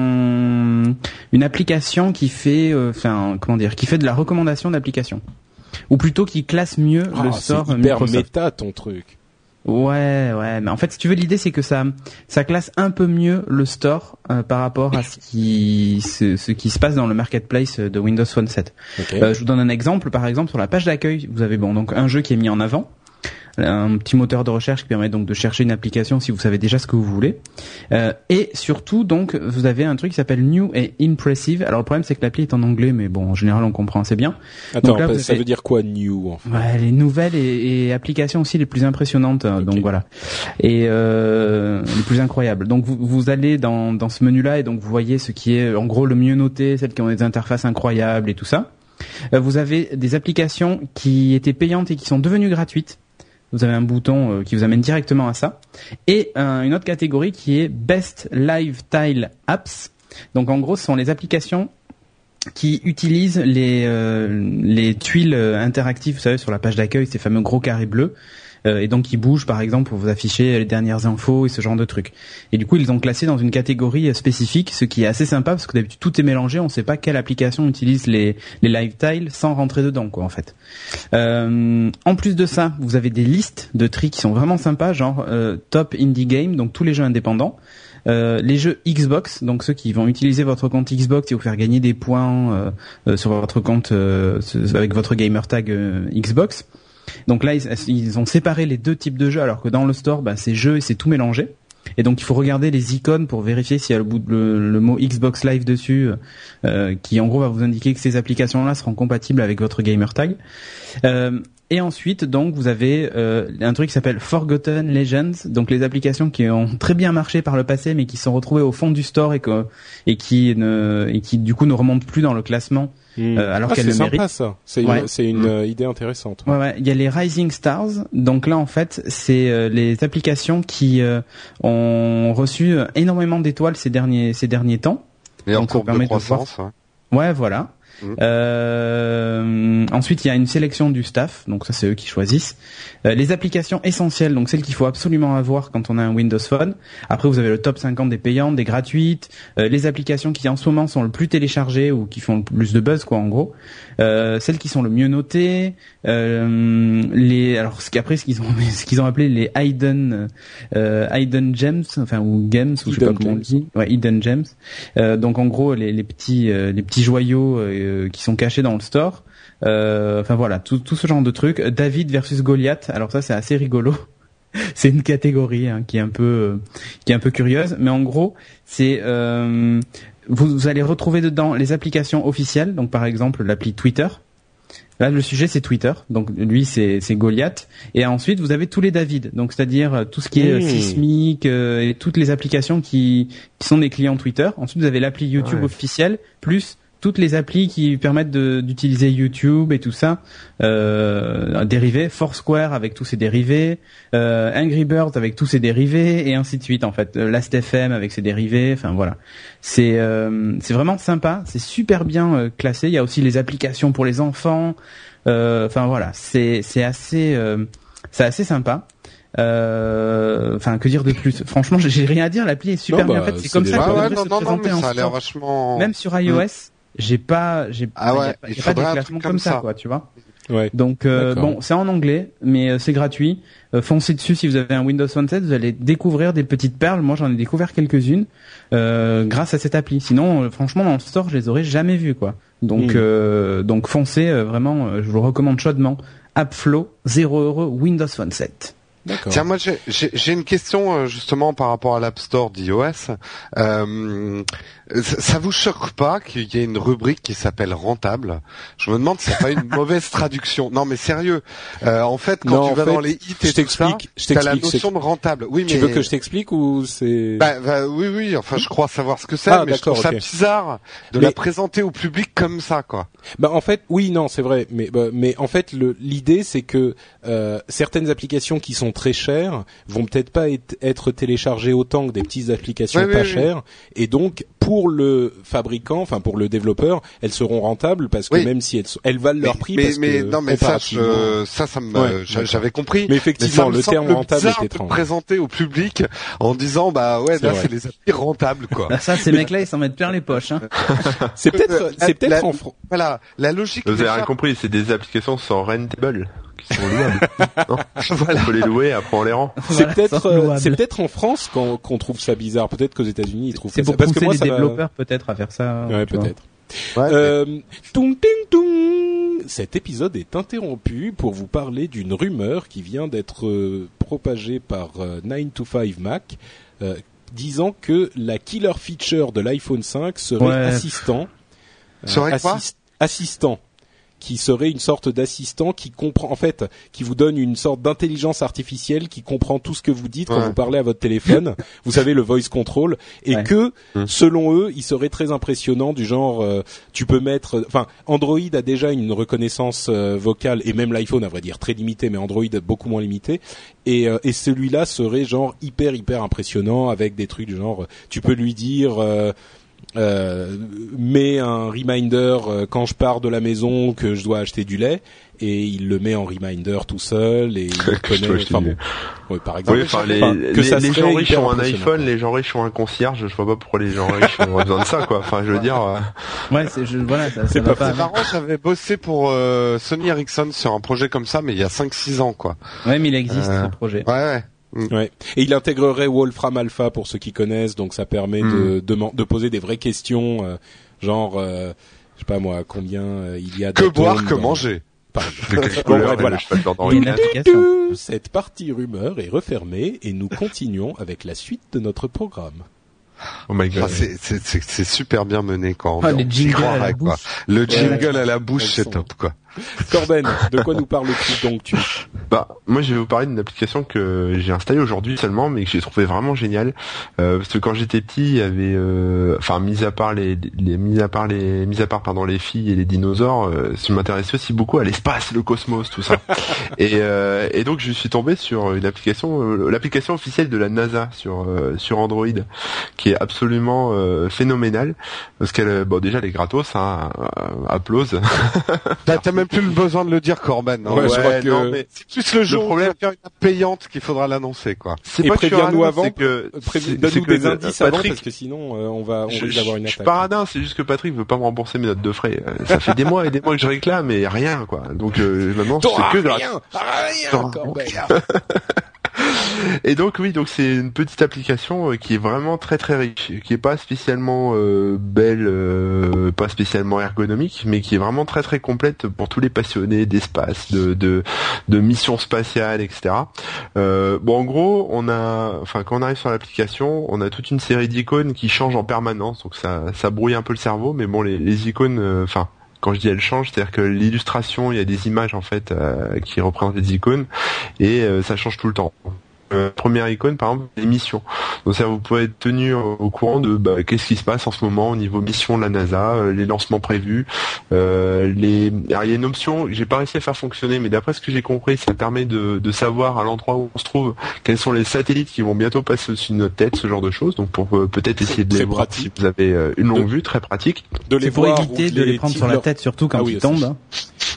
un, une application qui fait, euh, enfin comment dire, qui fait de la recommandation d'applications, ou plutôt qui classe mieux Ah, le c'est store hyper Microsoft. méta ton truc. Ouais, ouais, mais en fait, si tu veux, l'idée c'est que ça, ça classe un peu mieux le store euh, par rapport à ce qui, ce, ce qui se passe dans le marketplace de Windows Phone sept. Okay. Euh, je vous donne un exemple. Par exemple, sur la page d'accueil, vous avez bon donc un jeu qui est mis en avant, un petit moteur de recherche qui permet donc de chercher une application si vous savez déjà ce que vous voulez. Euh, et surtout, donc, vous avez un truc qui s'appelle New et Impressive. Alors le problème c'est que l'appli est en anglais, mais bon, en général on comprend assez bien. Attends, donc là, vous ça avez- veut dire quoi new en fait? Ouais, les nouvelles et, et applications aussi les plus impressionnantes, euh, donc Ok. voilà, et euh, les plus incroyables. Donc vous, vous allez dans, dans ce menu-là et donc vous voyez ce qui est en gros le mieux noté, celles qui ont des interfaces incroyables et tout ça. Euh, vous avez des applications qui étaient payantes et qui sont devenues gratuites. Vous avez un bouton euh, qui vous amène directement à ça. Et euh, une autre catégorie qui est Best Lifestyle Apps. Donc en gros, ce sont les applications qui utilisent les euh, les tuiles euh, interactives, vous savez, sur la page d'accueil, ces fameux gros carrés bleus, euh, et donc qui bougent par exemple pour vous afficher les dernières infos et ce genre de trucs. Et du coup, ils ont classé dans une catégorie euh, spécifique, ce qui est assez sympa parce que d'habitude tout est mélangé, on ne sait pas quelle application utilise les les live tiles sans rentrer dedans, quoi, en fait. Euh, en plus de ça, vous avez des listes de tri qui sont vraiment sympas, genre euh, Top Indie Game, donc tous les jeux indépendants. Euh, les jeux Xbox, donc ceux qui vont utiliser votre compte Xbox et vous faire gagner des points euh, euh, sur votre compte euh, avec votre gamer tag euh, Xbox. Donc là, ils, ils ont séparé les deux types de jeux, alors que dans le store, bah, c'est jeux et c'est tout mélangé. Et donc il faut regarder les icônes pour vérifier s'il y a le, bout de, le, le mot Xbox Live dessus, euh, qui en gros va vous indiquer que ces applications-là seront compatibles avec votre gamer tag. Euh, Et ensuite, donc, vous avez euh, un truc qui s'appelle Forgotten Legends, donc les applications qui ont très bien marché par le passé, mais qui sont retrouvées au fond du store et, que, et qui ne, et qui du coup ne remontent plus dans le classement, Mmh. euh, alors ah, qu'elles c'est le sympa méritent. ça. C'est Ouais. une, c'est une euh, idée intéressante. Ouais, ouais. Il y a les Rising Stars, donc là en fait, c'est euh, les applications qui euh, ont reçu énormément d'étoiles ces derniers ces derniers temps. Et en Donc, ça courbe de permet de voir- croissance. hein. Ouais, voilà. Mmh. Euh, ensuite, il y a une sélection du staff, donc ça c'est eux qui choisissent. Euh, les applications essentielles, donc celles qu'il faut absolument avoir quand on a un Windows Phone. Après, vous avez le top cinquante des payantes, des gratuites, euh, les applications qui en ce moment sont le plus téléchargées ou qui font le plus de buzz, quoi, en gros. Euh, celles qui sont le mieux notées, euh, les, alors ce qu'après ce qu'ils ont, ce qu'ils ont appelé les hidden, euh, hidden gems, enfin ou games, ou je sais Hidden pas comment on gems. dit, ouais, hidden gems. Euh, donc en gros les, les petits, euh, les petits joyaux euh, qui sont cachés dans le store. Euh, enfin voilà, tout, tout ce genre de trucs. David versus Goliath. Alors ça c'est assez rigolo. C'est une catégorie hein, qui est un peu, euh, qui est un peu curieuse, mais en gros c'est euh, vous, vous allez retrouver dedans les applications officielles, donc par exemple l'appli Twitter. Là, le sujet c'est Twitter, donc lui c'est c'est Goliath, et ensuite vous avez tous les David, donc c'est-à-dire euh, tout ce qui est euh, Mmh. Sismic euh, et toutes les applications qui qui sont des clients Twitter. Ensuite vous avez l'appli YouTube Ouais. officielle plus toutes les applis qui permettent de, d'utiliser YouTube et tout ça, euh, dérivés, Foursquare avec tous ses dérivés, euh, Angry Birds avec tous ses dérivés et ainsi de suite en fait, euh, Last F M avec ses dérivés, enfin voilà. C'est euh, c'est vraiment sympa, c'est super bien euh, classé. Il y a aussi les applications pour les enfants, euh, enfin voilà, c'est c'est assez euh, c'est assez sympa. Euh, Enfin, que dire de plus? Franchement, j'ai j'ai rien à dire. L'appli est super Non, bien bah, faite. C'est c'est comme ça déjà- qu'on Ouais, ouais, devrait non, se non, non, présenter mais en ça a l'air store. vachement. Même sur iOS, j'ai pas, j'ai Ah il y ouais, a pas, il il y a faudrait pas un de truc classement comme comme ça, ça. quoi, tu vois. Ouais. Donc euh, bon, c'est en anglais, mais euh, c'est gratuit. Euh, foncez dessus si vous avez un Windows Phone sept, vous allez découvrir des petites perles. Moi, j'en ai découvert quelques-unes euh, grâce à cette appli. Sinon, euh, franchement, dans le store, je les aurais jamais vues, quoi. Donc, mmh. euh, donc foncez euh, vraiment. Euh, je vous le recommande chaudement. AppFlow, zéro euro, Windows Phone sept. D'accord. Tiens, moi j'ai, j'ai, j'ai une question justement par rapport à l'App Store d'iOS. Euh, ça vous choque pas qu'il y ait une rubrique qui s'appelle rentable? Je me demande si c'est pas une mauvaise traduction. Non, mais sérieux. Euh, en fait, quand non, tu vas fait, dans les hits et tout ça, t'as la notion de rentable. Oui, mais tu veux que je t'explique ou c'est bah, bah oui, oui. Enfin, je crois savoir ce que c'est, ah, mais je trouve okay. ça bizarre de mais... la présenter au public comme ça, quoi. Bah en fait, oui, non, c'est vrai. Mais bah, mais en fait, le, l'idée c'est que euh, certaines applications qui sont très chères vont peut-être pas être téléchargées autant que des petites applications oui, pas oui, chères, oui. et donc pour le fabricant, enfin pour le développeur, elles seront rentables parce que oui. même si elles, elles valent leur prix. Mais, parce mais que non, mais ça, je, ça, ça me, ouais, j'avais compris. Mais effectivement, mais le terme rentable est étrange. Présenté au public en disant, bah ouais, c'est là, vrai. C'est les applis rentables, quoi. Bah ça, ces mecs-là, ils s'en mettent plein les poches. Hein. c'est peut-être, c'est peut-être en France. Voilà, la logique. Vous avez rien compris, c'est des applications sans rentable. Qui sont louables. Voilà. On peut les louer, après on les rend. C'est voilà, peut-être, euh, c'est peut-être en France qu'on, qu'on trouve ça bizarre. Peut-être qu'aux États-Unis ils trouvent c'est ça. C'est pour pousser les développeurs va... peut-être à faire ça. Ouais, peut-être. Ouais, euh, mais... tung, ting, tung. Cet épisode est interrompu pour vous parler d'une rumeur qui vient d'être euh, propagée par euh, nine to five Mac, euh, disant que la killer feature de l'iPhone cinq serait ouais. assistant. Euh, serait quoi assist- Assistant. Qui serait une sorte d'assistant qui comprend, en fait, qui vous donne une sorte d'intelligence artificielle qui comprend tout ce que vous dites ouais. quand vous parlez à votre téléphone. Vous savez, le voice control. Et ouais. que, mmh. selon eux, il serait très impressionnant du genre, euh, tu peux mettre, enfin, Android a déjà une reconnaissance euh, vocale et même l'iPhone, à vrai dire, très limitée, mais Android beaucoup moins limité. Et, euh, et celui-là serait genre hyper, hyper impressionnant avec des trucs du genre, tu peux lui dire, euh, Euh, met un reminder euh, quand je pars de la maison que je dois acheter du lait et il le met en reminder tout seul et il connaît enfin bon ouais, par exemple oui, enfin, les, enfin, que les, ça les gens riches ont un iPhone, les gens riches ont un concierge, je vois pas pourquoi les gens riches ont besoin de ça quoi. Enfin je veux dire euh... ouais c'est je, voilà ça, c'est ça pas, pas marrant, j'avais bossé pour euh, Sony Ericsson sur un projet comme ça mais il y a cinq six ans quoi. Ouais mais il existe euh, ce projet. Ouais ouais. Mmh. Ouais. Et il intégrerait Wolfram Alpha pour ceux qui connaissent, donc ça permet mmh. de, de de poser des vraies questions, euh, genre, euh, je sais pas moi, combien euh, il y a. Que boire, que dans... manger. Bon, bref, voilà. Cette partie rumeur est refermée et nous continuons avec la suite de notre programme. Oh my god. Ah, c'est, c'est, c'est, c'est super bien mené quand ah, on y croirait, quoi. Le jingle ouais, à la bouche, c'est top, quoi. Corben, de quoi nous parles-tu donc tu Bah, moi je vais vous parler d'une application que j'ai installée aujourd'hui seulement, mais que j'ai trouvé vraiment géniale. Euh, parce que quand j'étais petit, il y avait, euh, enfin, mis à part les, les, mis à part les, mis à part pardon les filles et les dinosaures, euh, je m'intéressais aussi beaucoup à l'espace, le cosmos, tout ça. et, euh, et donc je suis tombé sur une application, euh, l'application officielle de la NASA sur euh, sur Android, qui est absolument euh, phénoménale, parce qu'elle, bon déjà elle est gratos, hein, applause. T'as, t'as même plus le besoin de le dire, Corben. Hein. Ouais, ouais, je crois que non, mais c'est plus le jour où il va faire une app payante qu'il faudra l'annoncer, quoi. C'est et préviens-nous avant, c'est que, c'est, donne-nous des indices Patrick, avant, parce que sinon, euh, on va, on risque d'avoir une attaque. Je suis paradin, c'est juste que Patrick veut pas me rembourser mes notes de frais. Ça fait des mois et des mois que je réclame et rien, quoi. Donc, euh, maintenant, c'est que de rien, rien, Corben. Et donc oui, donc c'est une petite application euh, qui est vraiment très très riche, qui est pas spécialement euh, belle, euh, pas spécialement ergonomique, mais qui est vraiment très très complète pour tous les passionnés d'espace, de de, de missions spatiales, et cetera. Euh, bon, en gros, on a, enfin quand on arrive sur l'application, on a toute une série d'icônes qui changent en permanence, donc ça ça brouille un peu le cerveau, mais bon, les, les icônes, enfin. Euh, Quand je dis elle change, c'est-à-dire que l'illustration, il y a des images en fait euh, qui représentent des icônes et euh, ça change tout le temps. Euh, première icône par exemple les missions. Donc ça vous pouvez être tenu au courant de bah, qu'est-ce qui se passe en ce moment au niveau mission de la NASA, euh, les lancements prévus, euh, les. Alors, il y a une option que j'ai pas réussi à faire fonctionner, mais d'après ce que j'ai compris, ça permet de, de savoir à l'endroit où on se trouve quels sont les satellites qui vont bientôt passer au-dessus de notre tête, ce genre de choses. Donc pour euh, peut-être essayer de les voir si vous avez euh, une longue de, vue, très pratique. De les C'est pour éviter de les, les prendre sur la tête surtout quand ah oui, ils tombent. Hein.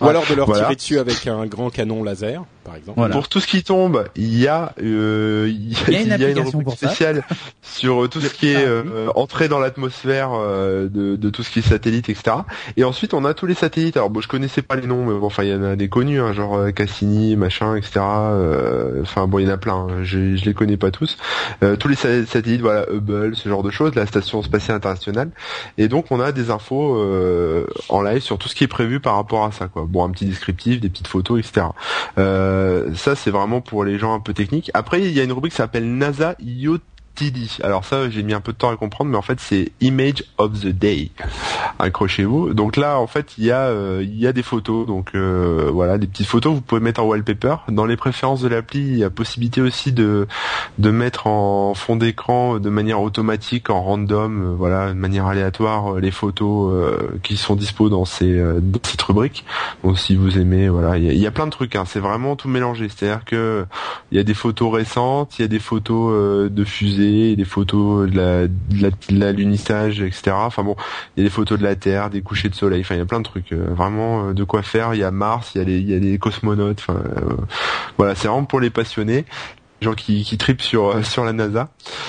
Ou alors de leur Voilà. tirer dessus avec un grand canon laser, par exemple. Voilà. Pour tout ce qui tombe, il y a, euh, il y a, Il y a une il y a une application rubrique pour ça. spéciale sur tout ce qui est euh, entrée dans l'atmosphère euh, de, de tout ce qui est satellite, et cetera. Et ensuite, on a tous les satellites. Alors, bon, je connaissais pas les noms, mais bon, enfin, il y en a des connus, hein, genre euh, Cassini, machin, et cetera. Euh, Enfin, bon, il y en a plein. Hein, je, je les connais pas tous. Euh, tous les sa- satellites, voilà, Hubble, ce genre de choses, la station spatiale internationale. Et donc, on a des infos euh, en live sur tout ce qui est prévu par rapport à ça, quoi. Bon, un petit descriptif, des petites photos, et cetera. Euh, ça, c'est vraiment pour les gens un peu techniques. Après, il y a une rubrique qui s'appelle NASA Yacht T D. Alors ça, j'ai mis un peu de temps à comprendre, mais en fait, c'est Image of the Day. Accrochez-vous. Donc là, en fait, il y a euh, il y a des photos. Donc euh, voilà, des petites photos. Vous pouvez mettre en wallpaper. Dans les préférences de l'appli, il y a possibilité aussi de de mettre en fond d'écran de manière automatique, en random, euh, voilà, de manière aléatoire, euh, les photos euh, qui sont dispo dans ces euh, dans cette rubrique. Donc si vous aimez, voilà, il y a, il y a plein de trucs. Hein. C'est vraiment tout mélangé. C'est-à-dire que il y a des photos récentes, il y a des photos euh, de fusées, des photos de la, de la, de la lunissage, et cetera. Enfin bon, il y a des photos de la Terre, des couchers de soleil. Enfin, il y a plein de trucs. Euh, vraiment euh, de quoi faire. Il y a Mars, il y a les, il y a les cosmonautes. Enfin, euh, voilà, c'est vraiment pour les passionnés. Gens qui, qui tripent sur sur la NASA.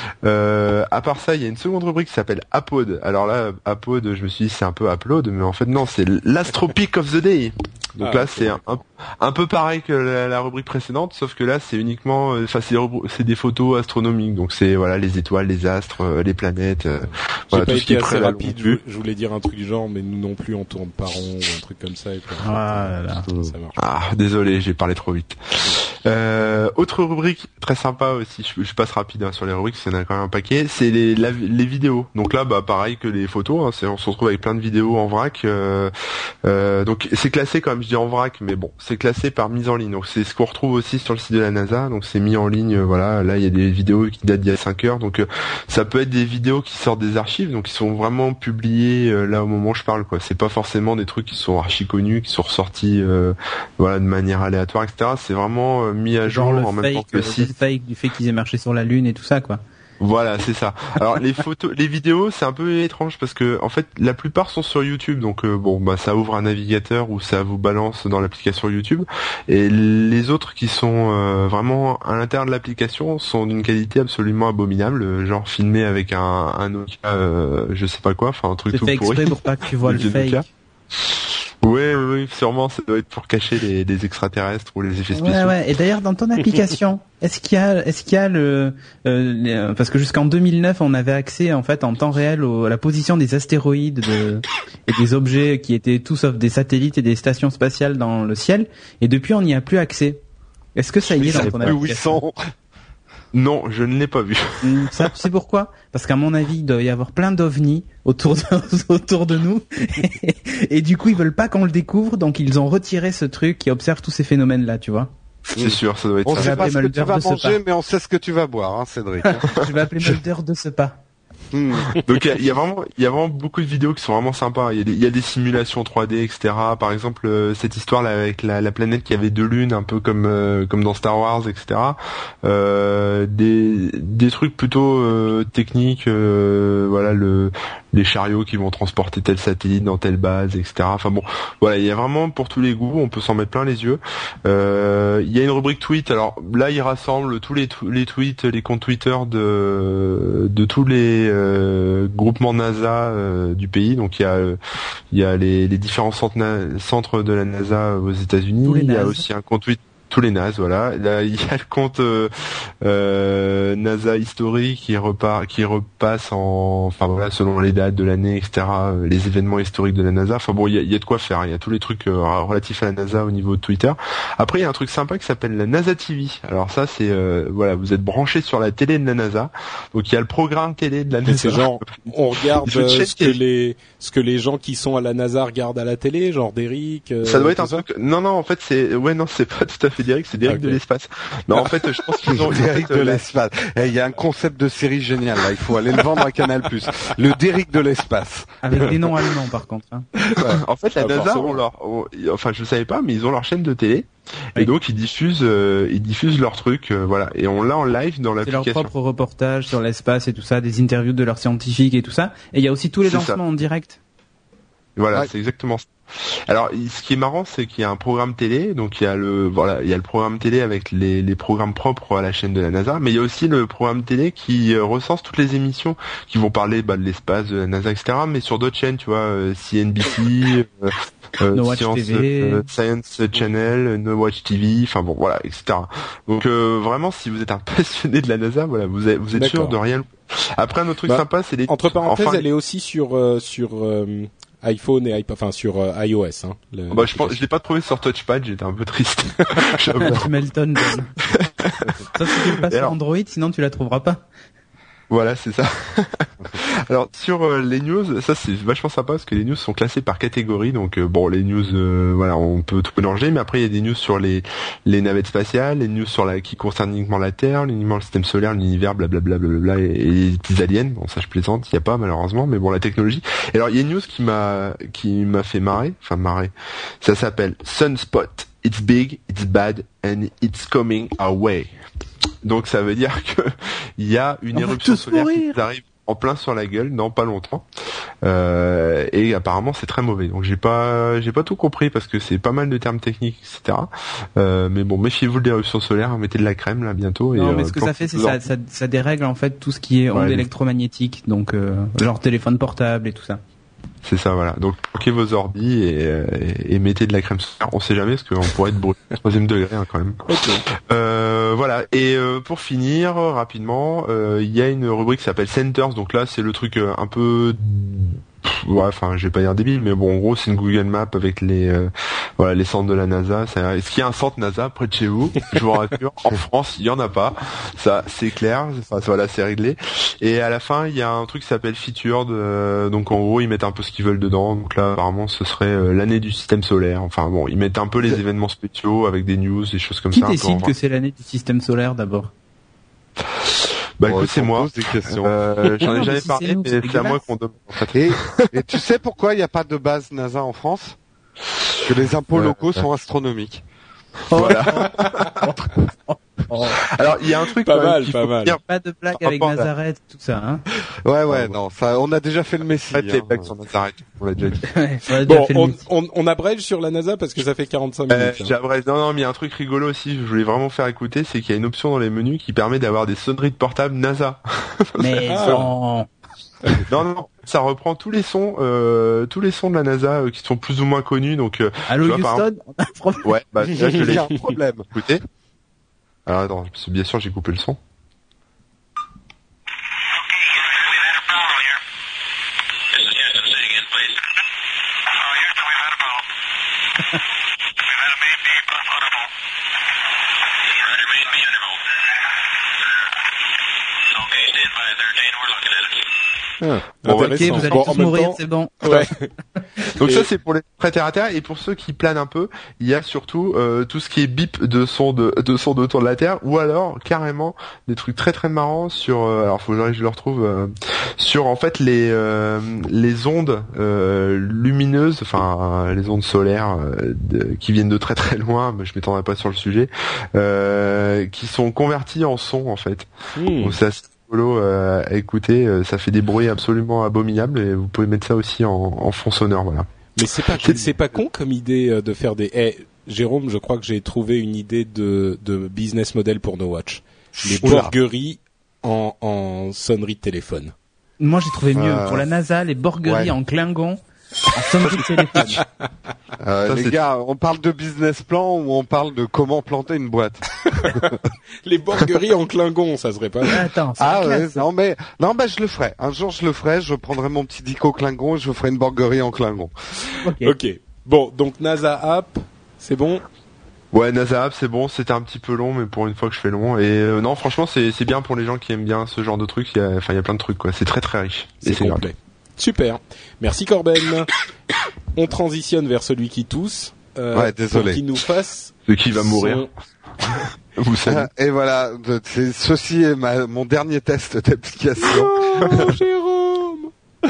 Euh, à part ça, il y a une seconde rubrique qui s'appelle Apod. Alors là, Apod, je me suis dit c'est un peu Upload, mais en fait non, c'est l'Astropic of the Day. Donc Ah, là, okay. c'est un, un, un peu pareil que la, la rubrique précédente, sauf que là, c'est uniquement, enfin, c'est, c'est des photos astronomiques. Donc c'est voilà les étoiles, les astres, euh, les planètes. Euh, J'ai voilà, pas tout ce qui été est assez près rapide. Je, je voulais dire un truc du genre, mais nous non plus, on tourne pas rond ou un truc comme ça. Et puis, en fait, Ah là là. ça marche. Ah, désolé, j'ai parlé trop vite. Euh, autre rubrique très sympa aussi, je, je passe rapide hein, sur les rubriques, il y en a quand même un paquet, c'est les, la, les vidéos. Donc là, bah pareil que les photos, hein, c'est, on se retrouve avec plein de vidéos en vrac. Euh, euh, donc c'est classé quand même, je dis en vrac, mais bon, c'est classé par mise en ligne. Donc c'est ce qu'on retrouve aussi sur le site de la NASA. Donc c'est mis en ligne, euh, voilà. Là, il y a des vidéos qui datent d'il y a cinq heures. Donc euh, ça peut être des vidéos qui sortent des archives, donc qui sont vraiment publiées euh, là au moment où je parle, quoi. C'est pas forcément des trucs qui sont archi connus, qui sont ressortis, euh, voilà, de manière aléatoire, et cetera. C'est vraiment euh, mis à jour Genre le en même fake, temps que le le site. fake du fait qu'ils aient marché sur la Lune et tout ça, quoi. Voilà, c'est ça. Alors les photos, les vidéos, c'est un peu étrange parce que en fait, la plupart sont sur YouTube, donc euh, bon, bah ça ouvre un navigateur ou ça vous balance dans l'application YouTube. Et les autres qui sont euh, vraiment à l'intérieur de l'application sont d'une qualité absolument abominable, genre filmé avec un un Nokia, euh, je sais pas quoi, enfin un truc C'est tout fait pourri. exprès pour pas que tu vois le Vieux fake. Nokia. Oui, oui, oui, sûrement, ça doit être pour cacher les, les extraterrestres ou les effets spéciaux. Ouais, ouais. Et d'ailleurs, dans ton application, est-ce qu'il y a, est-ce qu'il y a le, euh, les- parce que jusqu'en deux mille neuf, on avait accès en fait en temps réel au, à la position des astéroïdes de, et des objets qui étaient tout sauf des satellites et des stations spatiales dans le ciel. Et depuis, on n'y a plus accès. Est-ce que ça y est dans ton Plus où ils application? sont. Non, je ne l'ai pas vu. Hum, Ça, tu sais pourquoi? Parce qu'à mon avis, il doit y avoir plein d'ovnis autour de, autour de nous. Et, et du coup, ils veulent pas qu'on le découvre, donc ils ont retiré ce truc qui observe tous ces phénomènes-là, tu vois. C'est sûr, ça doit être On ça. sait pas appeler ce que Mulder tu vas de ce manger, pas. mais on sait ce que tu vas boire, hein, Cédric. Je vais appeler Mulder de ce pas. Hmm. Donc il y a, il y a vraiment, il y a vraiment beaucoup de vidéos qui sont vraiment sympas. Il y a des, il y a des simulations trois D, et cetera. Par exemple, euh, cette histoire là avec la, la planète qui avait deux lunes, un peu comme euh, comme dans Star Wars, et cetera. Euh, des des trucs plutôt euh, techniques, euh, voilà le les chariots qui vont transporter tel satellite dans telle base, et cetera. Enfin bon, voilà, il y a vraiment pour tous les goûts. On peut s'en mettre plein les yeux. Euh, il y a une rubrique tweet. Alors là, il rassemble tous les les tweets, les comptes Twitter de de tous les euh, groupements NASA euh, du pays. Donc il y a euh, il y a les, les différents centres, na- centres de la NASA aux États-Unis. Tous les Il y a nazes. aussi un compte tweet. Tous les N A S, voilà. Là, il y a le compte euh, euh, NASA historique qui repart, qui repasse en, enfin voilà, selon les dates de l'année, et cetera. euh, Les événements historiques de la NASA. Enfin bon, il y a, il y a de quoi faire. Il y a tous les trucs euh, relatifs à la NASA au niveau de Twitter. Après, il y a un truc sympa qui s'appelle la NASA T V. Alors ça, c'est euh, voilà, vous êtes branché sur la télé de la NASA. Donc il y a le programme télé de la Et NASA. c'est genre, on regarde Il faut euh, checker. ce que les ce que les gens qui sont à la NASA regardent à la télé, genre Derrick. Euh, Ça doit être un tout ça truc. Non, non, en fait, c'est. Ouais, non, c'est pas tout à fait Derrick, c'est Derrick Ok. de l'espace. Non, en fait, je pense qu'ils ont. Derrick en fait, de la- l'espace. Eh, il y a un concept de série génial là. Il faut aller le vendre à Canal+. Le Derrick de l'espace. Avec des noms allemands, par contre. Hein. En fait, la Ah, NASA, forcément. on leur, on- enfin, je savais pas, mais ils ont leur chaîne de télé, Oui. et donc ils diffusent, euh, ils diffusent leurs trucs, euh, voilà, et on l'a en live dans C'est leur l'application. propre reportage sur l'espace et tout ça, des interviews de leurs scientifiques et tout ça. Et il y a aussi tous les C'est ça. lancements en direct. Voilà, Ouais. c'est exactement ça. Alors, ce qui est marrant, c'est qu'il y a un programme télé, donc il y a le voilà, il y a le programme télé avec les, les programmes propres à la chaîne de la NASA, mais il y a aussi le programme télé qui euh, recense toutes les émissions qui vont parler bah, de l'espace, de la NASA, et cetera. Mais sur d'autres chaînes, tu vois, euh, C N B C, euh, euh, No Watch Science, T V, euh, Science Channel, No Watch T V, enfin bon, voilà, et cetera. Donc euh, vraiment, si vous êtes un passionné de la NASA, voilà, vous êtes, vous êtes sûr de rien. Après, un autre truc bah, sympa, c'est les entre parenthèses, enfin, elle est aussi sur euh, sur euh, iPhone et iPad, enfin sur euh, iOS. Hein, le, bah, je pense, je l'ai pas trouvé sur Touchpad, j'étais un peu triste. Melton. Sauf si tu le passes sur Android, sinon tu la trouveras pas. Voilà, c'est ça. Alors sur euh, les news, ça c'est vachement sympa parce que les news sont classées par catégorie. Donc euh, bon, les news, euh, voilà, on peut tout mélanger, mais après il y a des news sur les les navettes spatiales, les news sur la qui concernent uniquement la Terre, uniquement le système solaire, l'univers, blablabla, blablabla, et, et les petits aliens. Bon, ça je plaisante, il y a pas malheureusement, mais bon, la technologie. Et alors il y a une news qui m'a qui m'a fait marrer, enfin marrer. Ça s'appelle Sunspot. It's big, it's bad, and it's coming our way. Donc ça veut dire que il y a une On éruption solaire qui nous arrive en plein sur la gueule dans pas longtemps. Euh, et apparemment c'est très mauvais. Donc j'ai pas j'ai pas tout compris parce que c'est pas mal de termes techniques, et cetera. Euh, mais bon, méfiez-vous de l'éruption solaire, mettez de la crème là bientôt. Non, et, mais euh, ce que ça fait, c'est ça, ça, ça dérègle en fait tout ce qui est ondes ouais, électromagnétiques, donc euh, genre téléphone portable et tout ça. C'est ça, voilà. Donc, bloquez vos ordi et, et, et mettez de la crème solaire. On sait jamais, parce qu'on pourrait être brûlé au troisième degré, hein, quand même. Okay. Euh, voilà. Et euh, pour finir, rapidement, euh, il y a une rubrique qui s'appelle Centers. Donc là, c'est le truc euh, un peu... Ouais, enfin, je vais pas dire débile, mais bon, en gros, c'est une Google Map avec les, euh, voilà, les centres de la NASA. Ça, est-ce qu'il y a un centre NASA près de chez vous? Je vous rassure, en France, il y en a pas. Ça, c'est clair. Enfin, voilà, c'est réglé. Et à la fin, il y a un truc qui s'appelle Featured. Euh, donc, en gros, ils mettent un peu ce qu'ils veulent dedans. Donc là, apparemment, ce serait euh, l'année du système solaire. Enfin, bon, ils mettent un peu les événements spéciaux avec des news, des choses comme Qui ça. Qui décide que c'est l'année du système solaire d'abord? Bah écoute, c'est moi. Des questions. Euh, j'en ai Non, jamais mais si parlé, c'est nous, mais c'est c'est à moi qu'on demande. En fait. Et, et tu sais pourquoi il n'y a pas de base NASA en France? Que les impôts euh, locaux euh, sont astronomiques. Voilà. Oh. Alors il y a un truc pas quand mal, même qu'il pas faut mal. dire. Pas de blague Par avec rapport à- Nazareth, tout ça, hein. Ouais, ouais, non, ça, on a déjà fait le Messie. Faites les hein. blagues sur Nazareth, on l'a déjà dit. Ouais, on a déjà Bon, fait le on, métier. on, on abrège sur la NASA parce que ça fait quarante-cinq minutes. Euh, hein. j'aimerais- non, non, mais il y a un truc rigolo aussi, je voulais vraiment faire écouter, c'est qu'il y a une option dans les menus qui permet d'avoir des sonneries de portable NASA. Mais Ah. non. Non, non, ça reprend tous les sons, euh, tous les sons de la NASA euh, qui sont plus ou moins connus, donc. Euh, Allô tu vois, par Houston, on a un problème. ouais, bah là, je Il l'ai y a un problème. écouté. Alors attends, parce que bien sûr j'ai coupé le son. Ah, Bon, Ok, intéressant. vous allez Bon, en tous même mourir, temps- c'est bon. Ouais. Donc Et- ça c'est pour les très terre à terre, et pour ceux qui planent un peu, il y a surtout euh, tout ce qui est bip de son de, de son de autour de la Terre, ou alors carrément des trucs très très marrants sur euh, alors faut que je le retrouve euh, sur en fait les euh, les ondes euh, lumineuses, enfin euh, les ondes solaires euh, de- qui viennent de très très loin, mais je m'étendrai pas sur le sujet, euh, qui sont converties en son en fait. Hmm. Donc c'est assez rigolo euh, à écouter, euh, ça fait des bruits absolument abominables et vous pouvez mettre ça aussi en, en fond sonore, voilà. Mais c'est pas C'est- c'est pas con comme idée euh, de faire des. Eh, Jérôme, je crois que j'ai trouvé une idée de de business model pour No Watch. Les Oula. borgueries en en sonnerie de téléphone. Moi, j'ai trouvé mieux. Euh, Pour la NASA, les borgueries ouais. en Klingon, en sonnerie de téléphone. Euh, Ça, les c'est- gars, on parle de business plan ou on parle de comment planter une boîte? Les borgueries en Klingon, ça serait pas mal. Attends, c'est Ah la ouais, classe. non mais non bah je le ferai. Un jour je le ferai, je prendrai mon petit dico Klingon et je ferai une borguerie en Klingon. Ok. Ok. Bon, donc NASA App, c'est bon. Ouais, NASA App, c'est bon, c'était un petit peu long, mais pour une fois que je fais long. Et euh, non, franchement, c'est c'est bien pour les gens qui aiment bien ce genre de trucs. Il y a, enfin, il y a plein de trucs, quoi. C'est très très riche. Et C'est c'est complet. Super. Merci Corben. On transitionne vers celui qui tousse. Euh, Ouais, désolé. Pour qu'il nous fasse. Ce qui va mourir. son- Vous savez. Et voilà, de- c'est- ceci est ma, mon dernier test d'application. Oh, Jérôme.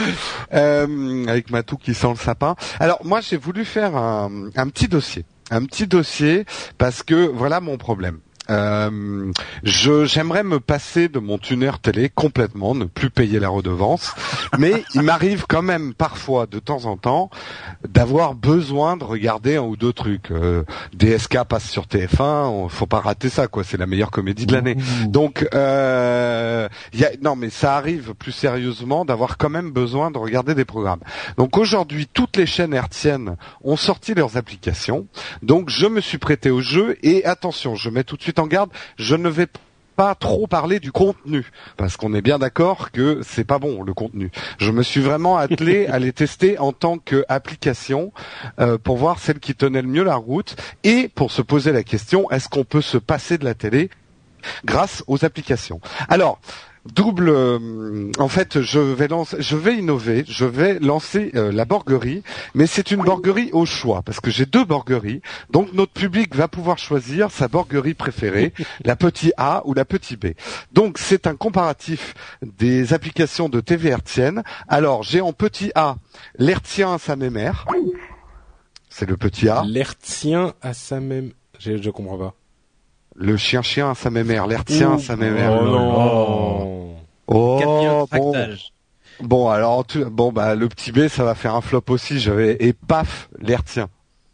Euh, avec Matou qui sent le sapin. Alors moi j'ai voulu faire un, un petit dossier, un petit dossier parce que voilà mon problème. Euh, je j'aimerais me passer de mon tuner télé complètement, ne plus payer la redevance, Mais il m'arrive quand même parfois, de temps en temps, d'avoir besoin de regarder un ou deux trucs. Euh, D S K passe sur T F un, on, faut pas rater ça, quoi. C'est la meilleure comédie de l'année. Mmh. Donc, euh, y a, non, mais ça arrive plus sérieusement d'avoir quand même besoin de regarder des programmes. Donc aujourd'hui, toutes les chaînes hertziennes ont sorti leurs applications. Donc je me suis prêté au jeu et attention, je mets tout de suite en garde, je ne vais pas trop parler du contenu parce qu'on est bien d'accord que c'est pas bon le contenu. Je me suis vraiment attelé à les tester en tant qu'application euh, pour voir celle qui tenait le mieux la route et pour se poser la question, est-ce qu'on peut se passer de la télé grâce aux applications? Alors, double euh, en fait je vais lancer je vais innover, je vais lancer euh, la borguerie, mais c'est une borguerie au choix parce que j'ai deux borgueries. Donc notre public va pouvoir choisir sa borguerie préférée, la petit A ou la petit B. Donc c'est un comparatif des applications de T V hertzienne. Alors, j'ai en petit A l'hertzien à sa mémère. C'est le petit A. L'hertzien à sa même je, je comprends pas. Le chien-chien à sa mémère, l'hertzien à sa mémère. Oh non. Oh, bon. Bon, alors, tu, bon, bah, le petit B, ça va faire un flop aussi. J'avais, et paf, l'hertzien.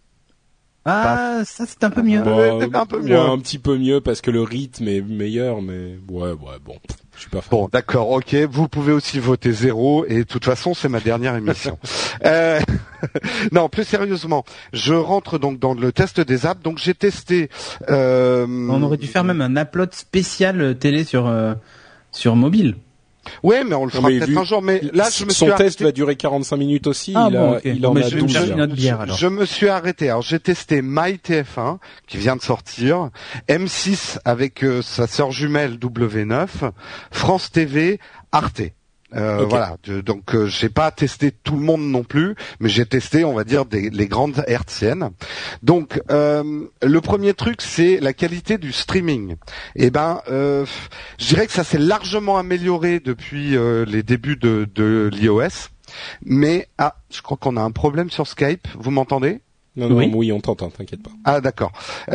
Ah, paf. Ça, c'est un peu mieux. Bon, ouais, un peu mieux. Ouais, un petit peu mieux parce que le rythme est meilleur, mais ouais, ouais, bon. Je suis pas fan. Bon, d'accord, ok. Vous pouvez aussi voter zéro et de toute façon, c'est ma dernière émission. euh, non, plus sérieusement, je rentre donc dans le test des apps. Donc j'ai testé. Euh... On aurait dû faire même un upload spécial télé sur euh, sur mobile. Ouais, mais on le fera peut-être un jour. Mais là, je me son suis test arrêté... va durer quarante-cinq minutes aussi. Ah il bon, a, okay. il bon, en mais a je, douze. je, une autre bière, alors. je me suis arrêté. Alors, j'ai testé My T F un qui vient de sortir, M six avec euh, sa sœur jumelle W neuf, France T V, Arte. Euh, okay. Voilà, donc euh, j'ai pas testé tout le monde non plus, mais j'ai testé, on va dire, des, les grandes hertziennes. Donc euh, le premier truc, c'est la qualité du streaming. Et ben, euh, je dirais que ça s'est largement amélioré depuis euh, les débuts de, de l'iOS. Mais ah, je crois qu'on a un problème sur Skype. Vous m'entendez ? Non, non, oui, oui on t'entend, t'inquiète pas. Ah, d'accord.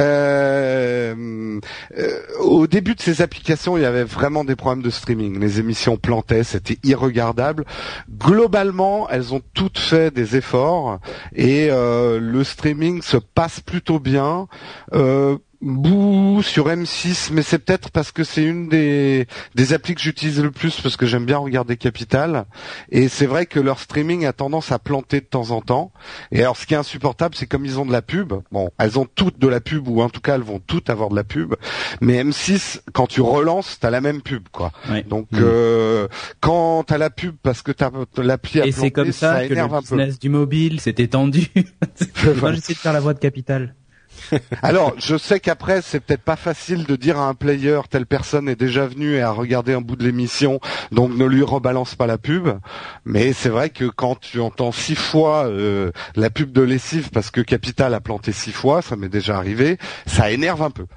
Euh, euh, au début de ces applications, il y avait vraiment des problèmes de streaming. Les émissions plantaient, c'était irregardable. Globalement, elles ont toutes fait des efforts et euh, le streaming se passe plutôt bien. Euh, Bouh sur M six, mais c'est peut-être parce que c'est une des des applis que j'utilise le plus parce que j'aime bien regarder Capital et c'est vrai que leur streaming a tendance à planter de temps en temps. Et alors ce qui est insupportable, c'est comme ils ont de la pub. Bon, elles ont toutes de la pub ou en tout cas elles vont toutes avoir de la pub. Mais M six, quand tu relances, t'as la même pub quoi. Oui. Donc mmh. euh, quand t'as la pub parce que t'as l'appli a et planté, c'est comme ça, ça que le business du mobile s'est étendu. Moi j'essaie de faire la voix de Capital. Alors, je sais qu'après, c'est peut-être pas facile de dire à un player, telle personne est déjà venue et a regardé un bout de l'émission, donc ne lui rebalance pas la pub. Mais c'est vrai que quand tu entends six fois euh, la pub de lessive parce que Capital a planté six fois, ça m'est déjà arrivé, ça énerve un peu.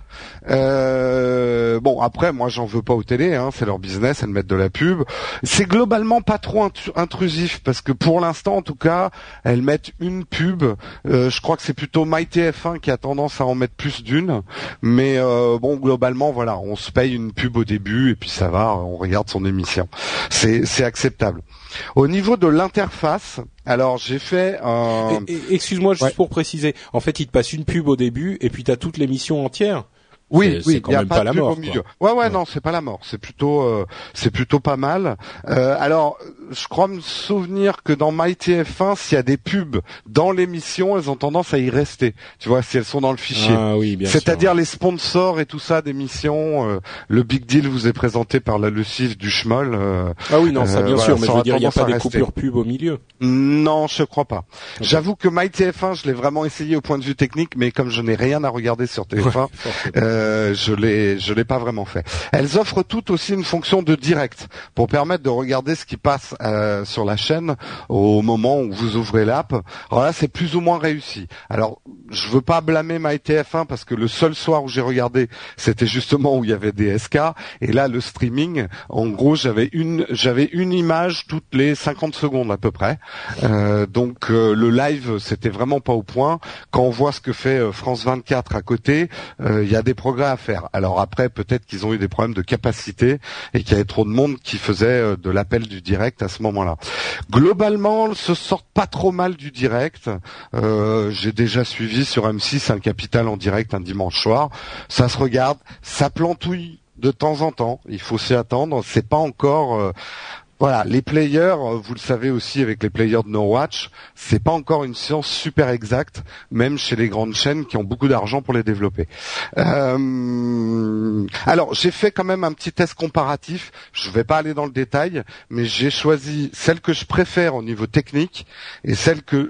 Euh, bon, après, moi, j'en veux pas aux télé, hein, c'est leur business, elles mettent de la pub. C'est globalement pas trop intrusif parce que pour l'instant, en tout cas, elles mettent une pub. Euh, je crois que c'est plutôt My T F un qui a tendance à en mettre plus d'une, mais euh, bon, globalement, voilà, on se paye une pub au début et puis ça va, on regarde son émission. C'est, c'est acceptable. Au niveau de l'interface, alors j'ai fait un... Et, et, excuse-moi, juste ouais. pour préciser, en fait, il te passe une pub au début et puis t'as toute l'émission entière. Oui, c'est, oui, c'est quand il y a même pas, pas la mort. Au milieu. Ouais, ouais, ouais, non, c'est pas la mort. C'est plutôt, euh, c'est plutôt pas mal. Euh, alors, je crois me souvenir que dans My T F un, s'il y a des pubs dans l'émission, elles ont tendance à y rester. Tu vois, si elles sont dans le fichier. Ah oui, bien C'est-à-dire sûr. les sponsors et tout ça d'émissions. Euh, le Big Deal vous est présenté par la Lucif du Schmoll. Euh, ah oui, non, ça bien euh, sûr, voilà, mais je veux dire, il n'y a pas des rester. coupures pub au milieu. Non, je crois pas. Okay. J'avoue que My T F un, je l'ai vraiment essayé au point de vue technique, mais comme je n'ai rien à regarder sur T F un, euh, je l'ai je l'ai pas vraiment fait. Elles offrent toutes aussi une fonction de direct pour permettre de regarder ce qui passe euh, sur la chaîne au moment où vous ouvrez l'app. Alors là, c'est plus ou moins réussi. Alors, je veux pas blâmer My T F un parce que le seul soir où j'ai regardé, c'était justement où il y avait des S K. Et là, le streaming, en gros, j'avais une j'avais une image toutes les cinquante secondes à peu près. Euh, donc euh, le live, c'était vraiment pas au point. Quand on voit ce que fait euh, France vingt-quatre à côté, il euh, y a des progrès à faire. Alors après, peut-être qu'ils ont eu des problèmes de capacité et qu'il y avait trop de monde qui faisait de l'appel du direct à ce moment-là. Globalement, ils se sortent pas trop mal du direct. Euh, j'ai déjà suivi sur M six un Capital en direct un dimanche soir. Ça se regarde, ça plantouille de temps en temps. Il faut s'y attendre. C'est pas encore... Euh, Voilà, les players, vous le savez aussi avec les players de No Watch, c'est pas encore une science super exacte, même chez les grandes chaînes qui ont beaucoup d'argent pour les développer. Euh... Alors, j'ai fait quand même un petit test comparatif. Je vais pas aller dans le détail, mais j'ai choisi celle que je préfère au niveau technique et celle que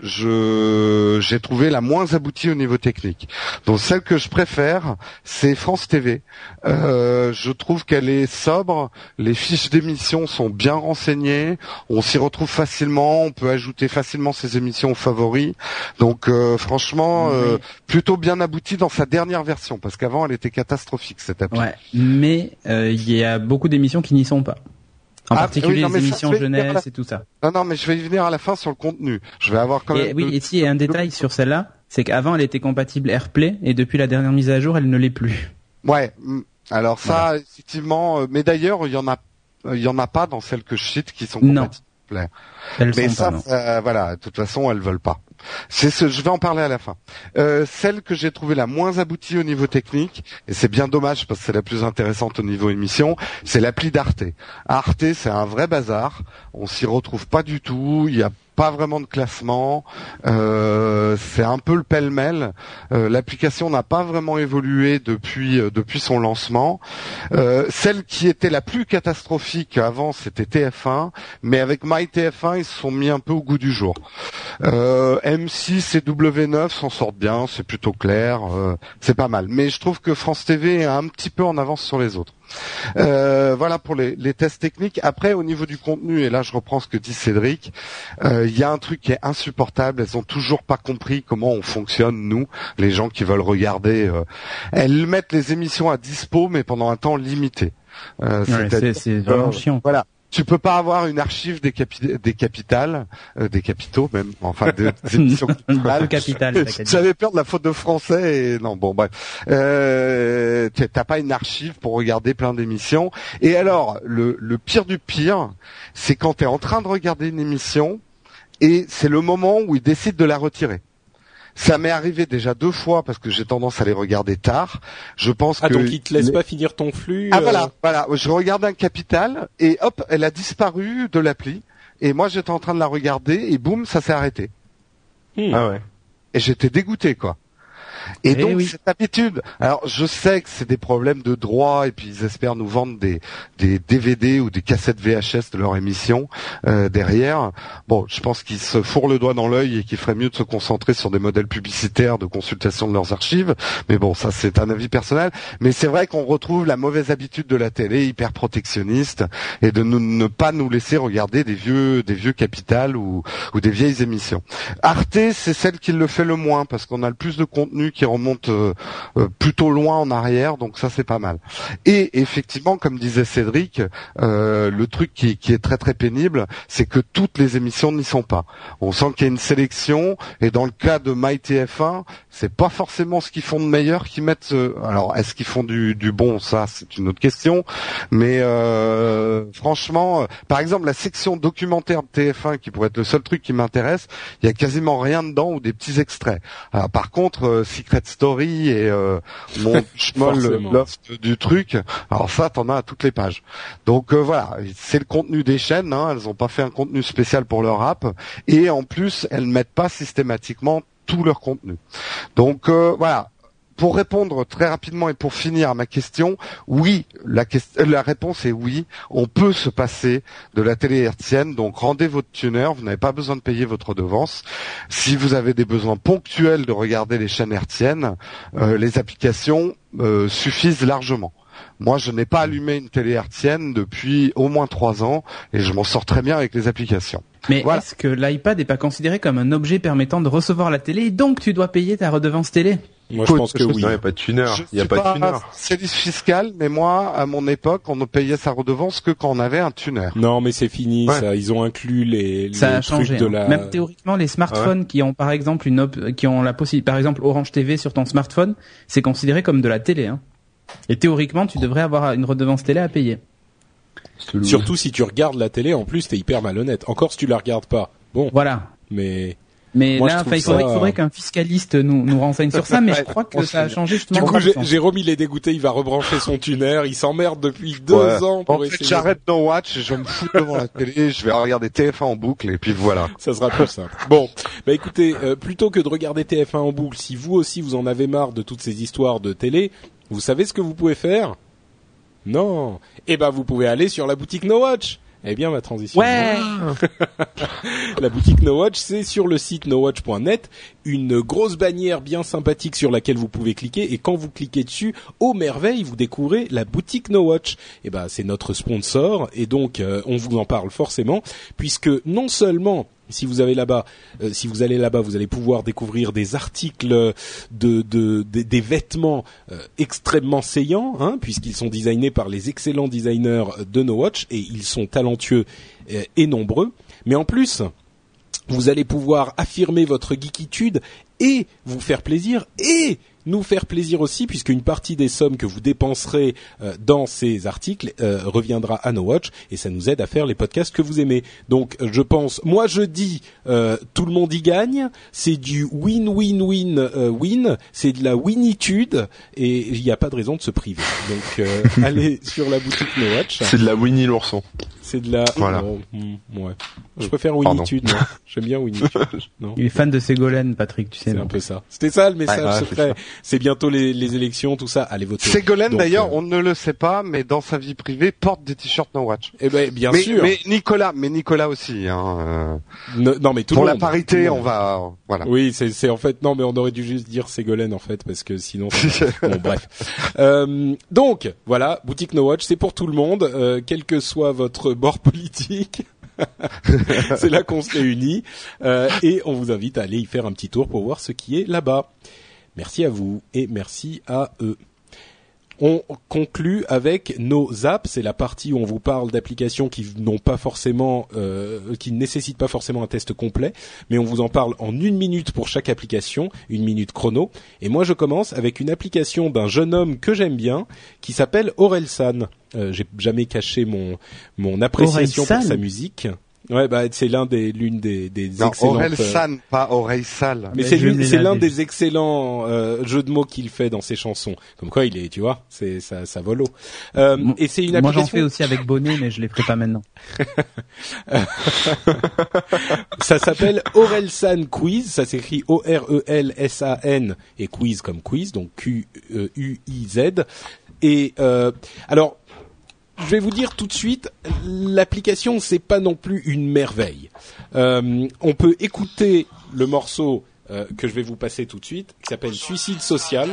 je j'ai trouvé la moins aboutie au niveau technique. Donc, celle que je préfère, c'est France T V. Euh, je trouve qu'elle est sobre, les fiches d'émission sont bien renseignées. On s'y retrouve facilement, on peut ajouter facilement ses émissions aux favoris. Donc euh, franchement, euh, oui. plutôt bien abouti dans sa dernière version, parce qu'avant elle était catastrophique cette appli. Ouais, mais il euh, y a beaucoup d'émissions qui n'y sont pas. En ah, particulier oui, non, les émissions ça, jeunesse la... et tout ça. Non, non, mais je vais y venir à la fin sur le contenu. Je vais avoir quand et, même... Oui, le... et si, et un détail sur celle-là, c'est qu'avant elle était compatible AirPlay, et depuis la dernière mise à jour, elle ne l'est plus. Ouais, alors ça, voilà. Effectivement, mais d'ailleurs, il y en a il y en a pas dans celles que je cite qui sont compatibles. Non. Elles mais sont ça, pas, non. Euh, voilà, de toute façon, elles veulent pas. C'est ce, je vais en parler à la fin. Euh, celle que j'ai trouvée la moins aboutie au niveau technique, et c'est bien dommage parce que c'est la plus intéressante au niveau émission, c'est l'appli d'Arte. Arte, c'est un vrai bazar. On s'y retrouve pas du tout. Il y a pas vraiment de classement, euh, c'est un peu le pêle-mêle. Euh, l'application n'a pas vraiment évolué depuis euh, depuis son lancement. Euh, celle qui était la plus catastrophique avant, c'était T F un, mais avec MyTF un, ils se sont mis un peu au goût du jour. Euh, M six et W neuf s'en sortent bien, c'est plutôt clair, euh, c'est pas mal. Mais je trouve que France T V est un petit peu en avance sur les autres. Euh, voilà pour les, les tests techniques. Après, au niveau du contenu, et là je reprends ce que dit Cédric, il euh, y a un truc qui est insupportable. Elles ont toujours pas compris comment on fonctionne, nous, les gens qui veulent regarder. Euh, elles mettent les émissions à dispo, mais pendant un temps limité. Euh, ouais, c'est, c'est vraiment chiant. Voilà. Tu peux pas avoir une archive des, capi- des capitales, euh, des capitaux même, enfin des, des émissions capitales. J'avais peur de la faute de français et non bon bref. Euh, t'as pas une archive pour regarder plein d'émissions. Et alors le, le pire du pire, c'est quand t'es en train de regarder une émission et c'est le moment où ils décident de la retirer. Ça m'est arrivé déjà deux fois parce que j'ai tendance à les regarder tard. Je pense ah, que donc ils te laissent les... pas finir ton flux. Ah euh... voilà, voilà. Je regarde un capital et hop, elle a disparu de l'appli. Et moi, j'étais en train de la regarder et boum, ça s'est arrêté. Hmm. Ah ouais. Et j'étais dégoûté, quoi. Et, et donc oui. cette habitude. Alors je sais que c'est des problèmes de droit et puis ils espèrent nous vendre des des D V D ou des cassettes V H S de leur émission euh, derrière. Bon, je pense qu'ils se fourrent le doigt dans l'œil et qu'il ferait mieux de se concentrer sur des modèles publicitaires de consultation de leurs archives. Mais bon, ça c'est un avis personnel. Mais c'est vrai qu'on retrouve la mauvaise habitude de la télé hyper protectionniste et de nous, ne pas nous laisser regarder des vieux des vieux capitales ou ou des vieilles émissions. Arte, c'est celle qui le fait le moins parce qu'on a le plus de contenu qui remonte euh, euh, plutôt loin en arrière, donc ça c'est pas mal. Et effectivement, comme disait Cédric, euh, le truc qui, qui est très très pénible, c'est que toutes les émissions n'y sont pas. On sent qu'il y a une sélection, et dans le cas de MyTF un, c'est pas forcément ce qu'ils font de meilleur qu'ils mettent. Euh, alors, est-ce qu'ils font du, du bon, ça c'est une autre question. Mais euh, franchement, euh, par exemple, la section documentaire de T F un, qui pourrait être le seul truc qui m'intéresse, il y a quasiment rien dedans ou des petits extraits. Alors, par contre, euh, Secret Story et euh, mon schmoll loft du truc, alors ça t'en as à toutes les pages. Donc euh, voilà, c'est le contenu des chaînes, hein, elles ont pas fait un contenu spécial pour leur app et en plus elles mettent pas systématiquement tout leur contenu. Donc euh, voilà. Pour répondre très rapidement et pour finir à ma question, oui, la, question, la réponse est oui, on peut se passer de la télé hertzienne, donc rendez votre tuner, vous n'avez pas besoin de payer votre redevance. Si vous avez des besoins ponctuels de regarder les chaînes hertziennes, euh, les applications euh, suffisent largement. Moi, je n'ai pas allumé une télé hertzienne depuis au moins trois ans et je m'en sors très bien avec les applications. Mais voilà. Est-ce que l'iPad n'est pas considéré comme un objet permettant de recevoir la télé et donc tu dois payer ta redevance télé? Moi, je pense que oui. Il n'y a pas de tuner. Il n'y a pas de tuner. C'est fiscal, mais moi, à mon époque, on ne payait sa redevance que quand on avait un tuner. Non, mais c'est fini. Ouais. Ça, ils ont inclus les, ça les a changé, trucs de hein. la. Même théoriquement, les smartphones ah ouais. qui ont par exemple une op... qui ont la possibilité, par exemple Orange T V sur ton smartphone, c'est considéré comme de la télé. Hein. Et théoriquement, tu devrais avoir une redevance télé à payer. Surtout si tu regardes la télé, en plus, t'es hyper malhonnête. Encore si tu la regardes pas. Bon. Voilà. Mais. Mais Moi, là, il faudrait, ça... faudrait qu'un fiscaliste nous, nous renseigne sur ça, mais je crois que ça a changé justement. Du coup, j'ai, Jérôme, il est dégoûté, il va rebrancher son tuner, il s'emmerde depuis deux ouais. ans pour en essayer. Fait, j'arrête No Watch, je vais me foutre devant la télé, je vais regarder T F un en boucle, et puis voilà. Ça sera plus simple. Bon, bah écoutez, euh, plutôt que de regarder T F un en boucle, si vous aussi vous en avez marre de toutes ces histoires de télé, vous savez ce que vous pouvez faire? Non. Eh ben, vous pouvez aller sur la boutique No Watch. Eh bien, ma transition. Ouais. La boutique No Watch, c'est sur le site no watch point net, une grosse bannière bien sympathique sur laquelle vous pouvez cliquer, et quand vous cliquez dessus, ô merveille, vous découvrez la boutique No Watch. Eh ben, c'est notre sponsor, et donc euh, on vous en parle forcément, puisque non seulement si vous avez là-bas, euh, si vous allez là-bas, vous allez pouvoir découvrir des articles de, de, de des vêtements euh, extrêmement saillants, hein, puisqu'ils sont designés par les excellents designers de No Watch, et ils sont talentueux euh, et nombreux. Mais en plus, vous allez pouvoir affirmer votre geekitude et vous faire plaisir et nous faire plaisir aussi, puisqu'une partie des sommes que vous dépenserez euh, dans ces articles euh, reviendra à No Watch, et ça nous aide à faire les podcasts que vous aimez. Donc je pense, moi je dis euh, tout le monde y gagne, c'est du win-win-win-win, euh, win, c'est de la winitude, et il n'y a pas de raison de se priver. Donc euh, allez sur la boutique No Watch. C'est de la Winnie l'ourson. C'est de la... Voilà. Oh, mm, ouais. Je préfère winitude, non. J'aime bien winitude. Non. Il est fan de Ségolène, Patrick, tu sais. C'est non. un peu ça. C'était ça le message ouais, secret. C'est, c'est bientôt les, les élections, tout ça. Allez voter. Ségolène, Donc, d'ailleurs, euh... on ne le sait pas, mais dans sa vie privée, porte des t-shirts No Watch. Eh ben, bien mais, sûr. Mais Nicolas, mais Nicolas aussi, hein. Euh... Ne, non, mais tout pour le monde. Pour la parité, on va, euh, voilà. Oui, c'est, c'est en fait, non, mais on aurait dû juste dire Ségolène, en fait, parce que sinon, bon, bref. Euh, donc, voilà, boutique No Watch, c'est pour tout le monde, euh, quel que soit votre bord politique. C'est là qu'on se réunit, euh, et on vous invite à aller y faire un petit tour pour voir ce qui est là-bas. Merci à vous et merci à eux. On conclut avec nos apps. C'est la partie où on vous parle d'applications qui n'ont pas forcément, euh, qui ne nécessitent pas forcément un test complet, mais on vous en parle en une minute pour chaque application, une minute chrono. Et moi, je commence avec une application d'un jeune homme que j'aime bien, qui s'appelle Orelsan. Euh, j'ai jamais caché mon mon appréciation Orelsan. pour sa musique. Ouais, bah c'est l'un des l'une des des non, excellentes. Orelsan, euh... pas oreille sale. Mais, mais c'est l'une, c'est l'un des excellents euh, jeux de mots qu'il fait dans ses chansons. Comme quoi, il est, tu vois, c'est ça, ça vole haut. Euh, moi, et c'est une moi application. Moi, j'en fais aussi avec Bonnet, mais je les ferai pas maintenant. Ça s'appelle Orelsan Quiz. Ça s'écrit O R E L S A N et quiz comme quiz, donc Q U I Z. Et euh, alors. Je vais vous dire tout de suite, l'application c'est pas non plus une merveille. Euh, on peut écouter le morceau euh, que je vais vous passer tout de suite, qui s'appelle Suicide Social.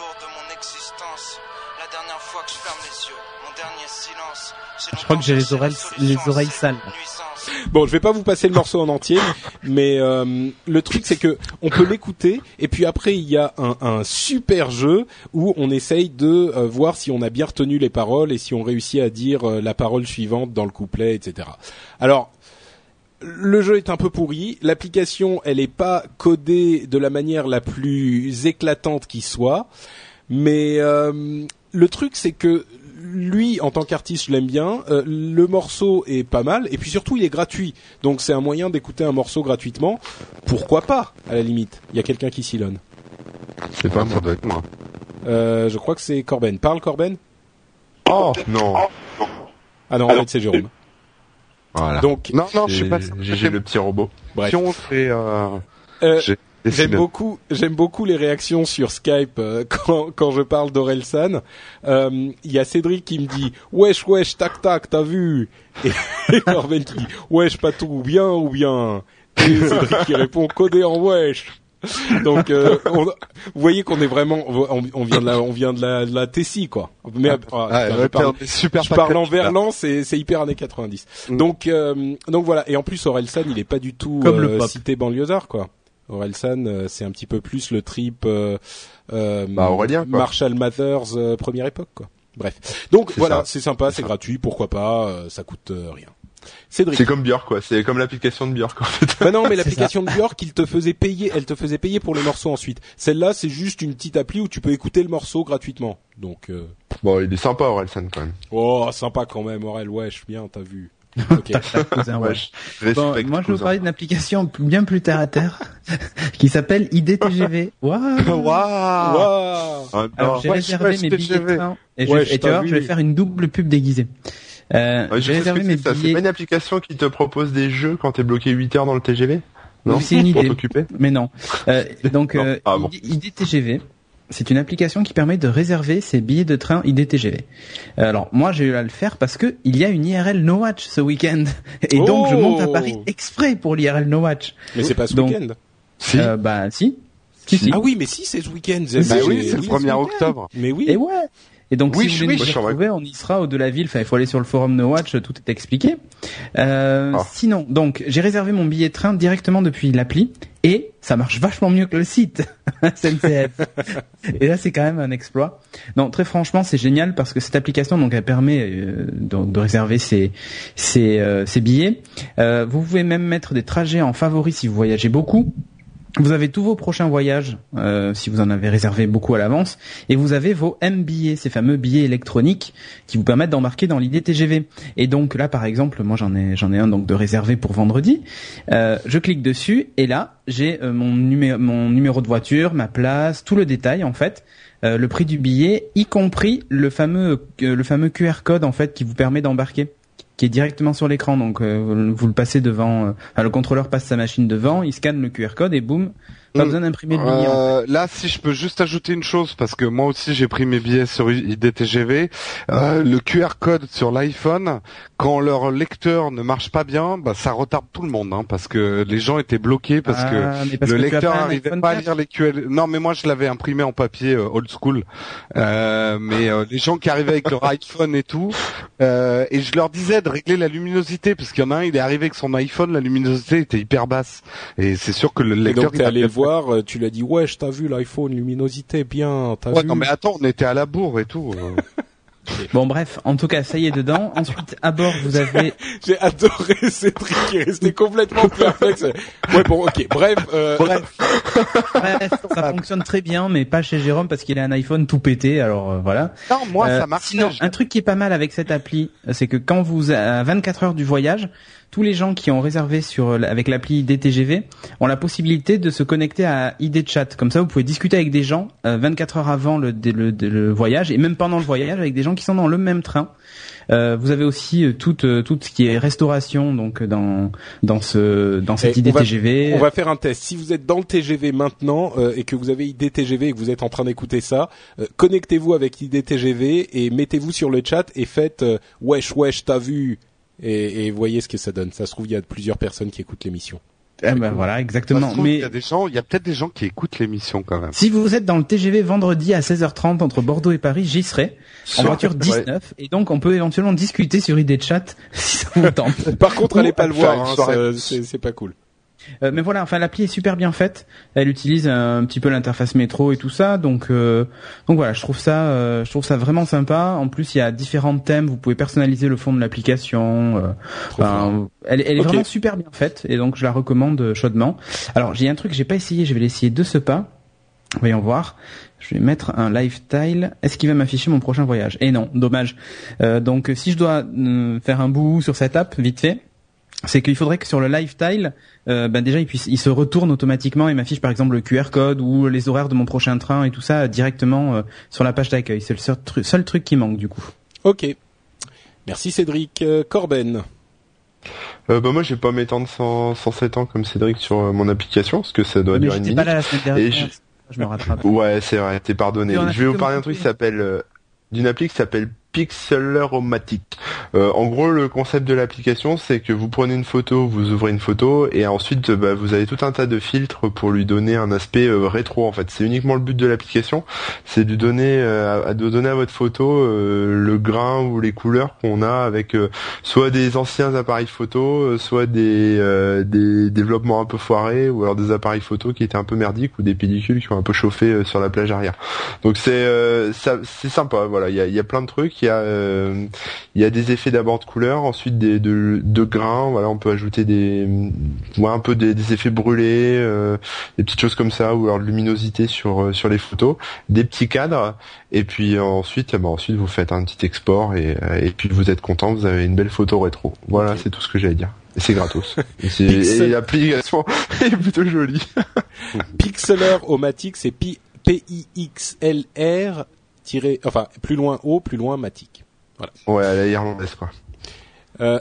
Je crois que j'ai les oreilles, les oreilles sales. Bon, je vais pas vous passer le morceau en entier, mais euh, le truc c'est que on peut l'écouter et puis après il y a un, un super jeu où on essaye de euh, voir si on a bien retenu les paroles et si on réussit à dire euh, la parole suivante dans le couplet, et cetera. Alors le jeu est un peu pourri, l'application elle est pas codée de la manière la plus éclatante qui soit, mais euh, le truc c'est que lui, en tant qu'artiste, je l'aime bien. Euh, le morceau est pas mal, et puis surtout, il est gratuit. Donc, c'est un moyen d'écouter un morceau gratuitement. Pourquoi pas, à la limite. Il y a quelqu'un qui s'ilonne. C'est pas moi, avec moi. Euh, je crois que c'est Corben. Parle, Corben. Oh non. Ah non, en fait, c'est Jérôme. Voilà. Donc, non, non, je sais pas. J'ai, j'ai le petit robot. Bref. Et, euh, euh, J'aime beaucoup, j'aime beaucoup les réactions sur Skype euh, quand quand je parle d'Orelsan. Il euh, y a Cédric qui me dit wesh wesh tac tac t'as vu et, et Corben qui dit wesh pas tout bien ou bien et Cédric qui répond codé en wesh. Donc euh, on, vous voyez qu'on est vraiment on, on vient de la on vient de la, de la Tessie quoi. Mais ah, ah, je, ouais, parle, super je parle en verlan, c'est c'est hyper années quatre-vingt-dix. Mm. Donc euh, donc voilà, et en plus Orelsan il est pas du tout euh, cité banlieusard quoi. Orelsan, euh, c'est un petit peu plus le trip euh, euh, bah, Aurélien, quoi. Marshall Mathers euh, première époque quoi. Bref. Donc c'est voilà, ça. c'est sympa, c'est, c'est gratuit, pourquoi pas, euh, ça coûte euh, rien. Cédric. C'est comme Björk, quoi. C'est comme l'application de Björk, en fait. Bah non, mais l'application de Björk, il te faisait payer, elle te faisait payer pour les morceaux ensuite. Celle-là, c'est juste une petite appli où tu peux écouter le morceau gratuitement. Donc, euh... bon, il est sympa, Orelsan, quand même. Oh, sympa quand même, Aurel. Wesh, bien, t'as vu. Okay. Ouais, je bon, moi, je vais vous parler d'une application bien plus terre à terre qui s'appelle I D T G V. Waouh! Waouh! Wow. Alors, j'ai ouais, réservé ouais, mes billets de train et, ouais, je, et tu vois, je vais faire une double pub déguisée. Euh, ouais, j'ai réservé mes ça. billets. C'est pas une application qui te propose des jeux quand t'es bloqué huit heures dans le T G V? Non? Oui, c'est une pour idée. t'occuper? Mais non. Euh, donc, non. euh, Ah, bon. I D T G V. C'est une application qui permet de réserver ses billets de train I D T G V. Alors moi j'ai eu à le faire parce que il y a une I R L No Watch ce week-end et donc oh je monte à Paris exprès pour l'I R L No Watch. Mais c'est pas ce donc, week-end. Si. Euh, bah si. Si, si. Ah oui, mais si, c'est ce week-end. Bah oui, c'est le premier octobre. Mais oui. Et ouais. Et donc, oui, si vous voulez oui, nous y retrouver, on y sera au de la ville. Enfin, il faut aller sur le forum No Watch, tout est expliqué. Euh, ah. Sinon, donc, j'ai réservé mon billet de train directement depuis l'appli et ça marche vachement mieux que le site S N C F. Et là, c'est quand même un exploit. Non, très franchement, c'est génial parce que cette application, donc, elle permet euh, de, de réserver ses, ses, euh, ses billets. Euh, vous pouvez même mettre des trajets en favori si vous voyagez beaucoup. Vous avez tous vos prochains voyages, euh, si vous en avez réservé beaucoup à l'avance, et vous avez vos M-billets, ces fameux billets électroniques qui vous permettent d'embarquer dans l'I D T G V. Et donc là, par exemple, moi j'en ai j'en ai un donc de réservé pour vendredi. Euh, je clique dessus et là j'ai euh, mon numéro mon numéro de voiture, ma place, tout le détail en fait, euh, le prix du billet, y compris le fameux euh, le fameux Q R code en fait qui vous permet d'embarquer, qui est directement sur l'écran. Donc euh, vous le passez devant, euh, enfin, le contrôleur passe sa machine devant, il scanne le Q R code et boum, pas mmh. besoin d'imprimer le billet. Euh, là, si je peux juste ajouter une chose, parce que moi aussi j'ai pris mes billets sur I D T G V, euh, le Q R code sur l'iPhone, quand leur lecteur ne marche pas bien, bah ça retarde tout le monde, hein, parce que les gens étaient bloqués parce ah, que parce le que lecteur pas n'arrivait pas à lire les Q R. Non, mais moi je l'avais imprimé en papier euh, old school, euh, mais euh, les gens qui arrivaient avec leur iPhone et tout, euh, et je leur disais de régler la luminosité, parce qu'il y en a un, il est arrivé avec son iPhone, la luminosité était hyper basse, et c'est sûr que le lecteur. Et donc t'es allé le voir, tu l'as dit ouais, je t'as vu l'iPhone luminosité bien, t'as ouais, vu. non mais attends, on était à la bourre et tout. Bon bref, en tout cas, ça y est dedans. Ensuite, à bord, vous avez... J'ai adoré Cédric qui est resté complètement perplexe. Ouais bon, ok, bref. Euh... Bref, bref, ça fonctionne très bien, mais pas chez Jérôme parce qu'il a un iPhone tout pété, alors euh, voilà. Non, moi euh, ça marche. Sinon, un truc qui est pas mal avec cette appli, c'est que quand vous, à vingt-quatre heures du voyage, tous les gens qui ont réservé sur avec l'appli I D T G V ont la possibilité de se connecter à I D Chat. Comme ça, vous pouvez discuter avec des gens euh, vingt-quatre heures avant le, le, le, le voyage et même pendant le voyage avec des gens qui sont dans le même train. Euh, vous avez aussi euh, tout euh, tout ce qui est restauration donc dans dans ce dans cette et I D T G On V. va, on va faire un test. Si vous êtes dans le T G V maintenant euh, et que vous avez I D T G V et que vous êtes en train d'écouter ça, euh, connectez-vous avec I D T G V et mettez-vous sur le chat et faites euh, wesh wesh t'as vu et, et voyez ce que ça donne. Ça se trouve il y a plusieurs personnes qui écoutent l'émission. Eh ben voilà, exactement. Trouve, mais il y a des gens, il y a peut-être des gens qui écoutent l'émission quand même. Si vous êtes dans le T G V vendredi à seize heures trente entre Bordeaux et Paris, j'y serai en voiture dix-neuf ouais. Et donc on peut éventuellement discuter sur I D Chat si ça vous tente. Par contre, allez pas le voir, hein, ça, c'est, c'est pas cool. Euh, mais voilà, enfin l'appli est super bien faite. Elle utilise un petit peu l'interface métro et tout ça, donc euh, donc voilà, je trouve ça, euh, je trouve ça vraiment sympa. En plus, il y a différents thèmes, vous pouvez personnaliser le fond de l'application. Euh, ben, elle, elle est okay. vraiment super bien faite et donc je la recommande chaudement. Alors j'ai un truc que j'ai pas essayé, je vais l'essayer de ce pas. Voyons voir. Je vais mettre un lifestyle. Est-ce qu'il va m'afficher mon prochain voyage ? Eh non, dommage. Euh, donc si je dois euh, faire un bout sur cette app, vite fait. C'est qu'il faudrait que sur le lifestyle, euh, ben déjà il puisse, il se retourne automatiquement et m'affiche par exemple le Q R code ou les horaires de mon prochain train et tout ça directement euh, sur la page d'accueil. C'est le seul, tru- seul truc qui manque du coup. Ok. Merci Cédric. Euh, Corben. Euh, bah moi je vais pas m'étendre cent sept ans comme Cédric sur euh, mon application parce que ça doit durer une minute. Pas là la semaine dernière. Je... je me rattrape. Ouais c'est vrai, t'es pardonné. Je vais vous parler d'un truc qui s'appelle euh, d'une appli qui s'appelle Pixeler-O-Matic. Euh, en gros, le concept de l'application, c'est que vous prenez une photo, vous ouvrez une photo, et ensuite, bah, vous avez tout un tas de filtres pour lui donner un aspect euh, rétro. En fait, c'est uniquement le but de l'application, c'est de donner, euh, de donner à votre photo euh, le grain ou les couleurs qu'on a avec euh, soit des anciens appareils photo, euh, soit des, euh, des développements un peu foirés, ou alors des appareils photo qui étaient un peu merdiques, ou des pellicules qui ont un peu chauffé euh, sur la plage arrière. Donc c'est, euh, ça, c'est sympa. Voilà, il y a, y a plein de trucs. il y a euh, il y a des effets d'abord de couleur, ensuite des de, de grains. Voilà, on peut ajouter des ouais, un peu des, des effets brûlés, euh, des petites choses comme ça, ou alors de luminosité sur euh, sur les photos, des petits cadres. Et puis ensuite, bah, ensuite vous faites un petit export et et puis vous êtes content, vous avez une belle photo rétro. Voilà, okay. C'est tout ce que j'ai à dire. Et c'est gratos. Et, c'est, et l'application est plutôt jolie. Pixlr-O-Matic, c'est P I X L R tiré, enfin plus loin O, plus loin Matic. Voilà. Ouais, à la irlandaise quoi. Euh...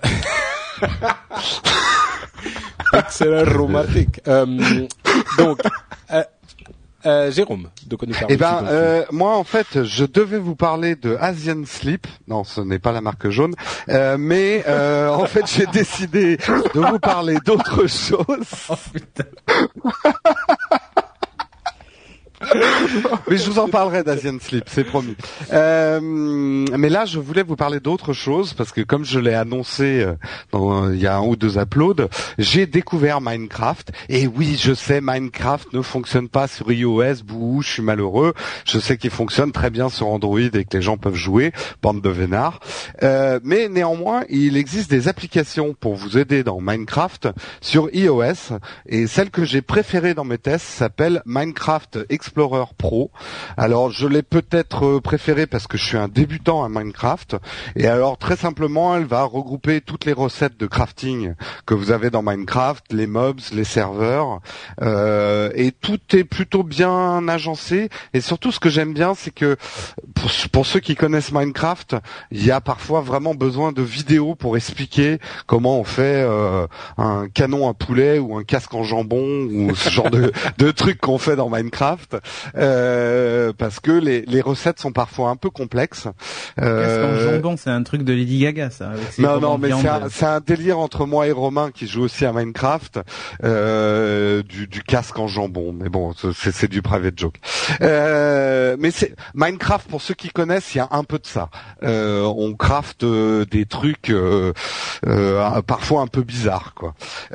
Pixlr-O-Matic. Euh, donc. Euh, Euh, Jérôme, de quoi nous parles? Eh ben, euh, moi en fait, je devais vous parler de Asian Sleep. Non, ce n'est pas la marque jaune, euh, mais euh, en fait, j'ai décidé de vous parler d'autre chose. Oh putain. Mais je vous en parlerai d'Asian Sleep, c'est promis. Euh, mais là, je voulais vous parler d'autre chose parce que comme je l'ai annoncé euh, dans, il y a un ou deux uploads, j'ai découvert Minecraft. Et oui, je sais, Minecraft ne fonctionne pas sur iOS. Bouh, je suis malheureux. Je sais qu'il fonctionne très bien sur Android et que les gens peuvent jouer, bande de vénards. Euh, mais néanmoins, il existe des applications pour vous aider dans Minecraft sur iOS. Et celle que j'ai préférée dans mes tests s'appelle Minecraft Explorer Pro. Alors je l'ai peut-être préférée parce que je suis un débutant à Minecraft et alors très simplement elle va regrouper toutes les recettes de crafting que vous avez dans Minecraft, les mobs, les serveurs euh, et tout est plutôt bien agencé et surtout ce que j'aime bien c'est que pour, pour ceux qui connaissent Minecraft il y a parfois vraiment besoin de vidéos pour expliquer comment on fait euh, un canon à poulet ou un casque en jambon ou ce genre de, de trucs qu'on fait dans Minecraft. Euh, parce que les, les recettes sont parfois un peu complexes. Euh... Casque en jambon, c'est un truc de Lady Gaga, ça. Avec non, non, mais c'est un, c'est un délire entre moi et Romain qui joue aussi à Minecraft, euh, du, du casque en jambon. Mais bon, c'est, c'est du private joke. Euh, mais c'est Minecraft, pour ceux qui connaissent, il y a un peu de ça. Euh, on crafte euh, des trucs euh, euh, parfois un peu bizarres, quoi.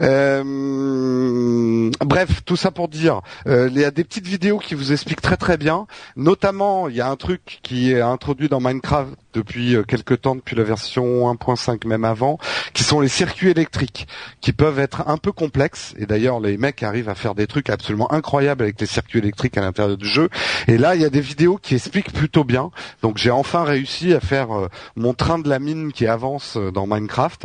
Euh, bref, tout ça pour dire, euh, il y a des petites vidéos qui vous expliquent très très bien. Notamment, il y a un truc qui est introduit dans Minecraft depuis quelque temps, depuis la version un point cinq, même avant, qui sont les circuits électriques, qui peuvent être un peu complexes. Et d'ailleurs, les mecs arrivent à faire des trucs absolument incroyables avec les circuits électriques à l'intérieur du jeu. Et là, il y a des vidéos qui expliquent plutôt bien. Donc, j'ai enfin réussi à faire euh, mon train de la mine qui avance dans Minecraft.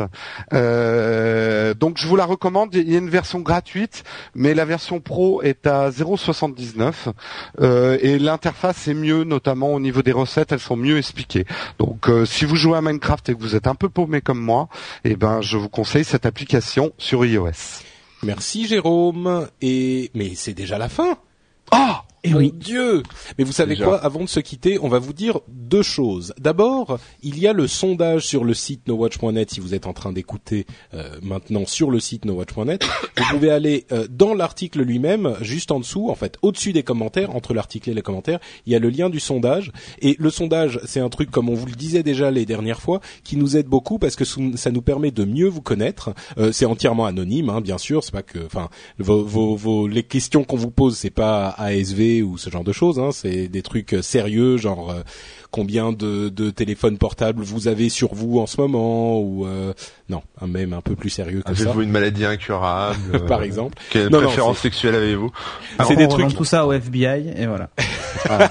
Euh, donc, je vous la recommande. Il y a une version gratuite, mais la version pro est à zéro virgule soixante-dix-neuf. Euh, et l'interface est mieux, notamment au niveau des recettes, elles sont mieux expliquées. Donc, euh, si vous jouez à Minecraft et que vous êtes un peu paumé comme moi, eh ben, je vous conseille cette application sur iOS. Merci Jérôme. Et mais c'est déjà la fin. Ah, et mon oui. Dieu. Mais vous savez Déjà. quoi, avant de se quitter, on va vous dire deux choses. D'abord, il y a le sondage sur le site nowatch point net, si vous êtes en train d'écouter euh, maintenant sur le site nowatch point net. Vous pouvez aller euh, dans l'article lui-même, juste en dessous, en fait, au-dessus des commentaires, entre l'article et les commentaires, il y a le lien du sondage. Et le sondage, c'est un truc, comme on vous le disait déjà les dernières fois, qui nous aide beaucoup parce que ça nous permet de mieux vous connaître. Euh, c'est entièrement anonyme, hein, bien sûr. C'est pas que, enfin, vos, vos, vos, les questions qu'on vous pose, c'est pas A S V ou ce genre de choses, hein. C'est des trucs sérieux, genre euh, combien de, de téléphones portables vous avez sur vous en ce moment, ou euh, non, un même un peu plus sérieux que avez-vous ça. Avez-vous une maladie incurable, euh, par exemple? Quelle non, préférence non, sexuelle avez-vous? Alors, c'est on des trucs. Tout ça au F B I et voilà. voilà.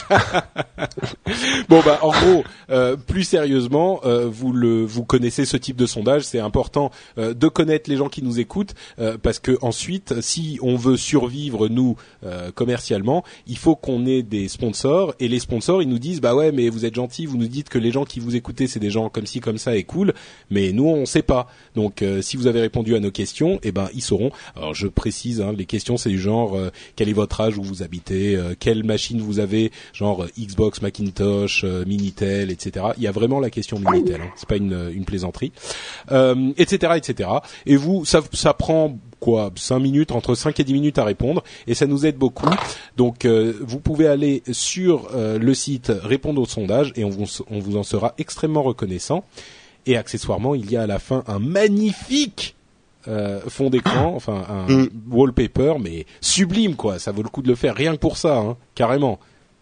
Bon bah en gros, euh, plus sérieusement, euh, vous le vous connaissez ce type de sondage, c'est important euh, de connaître les gens qui nous écoutent euh, parce que ensuite, si on veut survivre nous euh, commercialement, il faut qu'on ait des sponsors et les sponsors ils nous disent bah ouais mais vous êtes gentils, vous nous dites que les gens qui vous écoutez c'est des gens comme ci comme ça et cool, mais nous on sait pas. Donc euh, si vous avez répondu à nos questions, eh ben ils sauront. Alors je précise, hein, les questions c'est du genre euh, quel est votre âge, où vous habitez, euh, quelle machine vous avez, genre euh, Xbox, Macintosh, euh, Minitel, et cetera. Il y a vraiment la question Minitel, hein, c'est pas une, une plaisanterie, euh, et cetera, et cetera. Et vous, ça, ça prend quoi, cinq minutes, entre cinq et dix minutes à répondre, et ça nous aide beaucoup. Donc euh, vous pouvez aller sur euh, le site, répondre au sondage, et on vous, on vous en sera extrêmement reconnaissant. Et accessoirement, il y a à la fin un magnifique Euh, fond d'écran, enfin un mm. wallpaper, mais sublime quoi. Ça vaut le coup de le faire rien que pour ça, hein, carrément.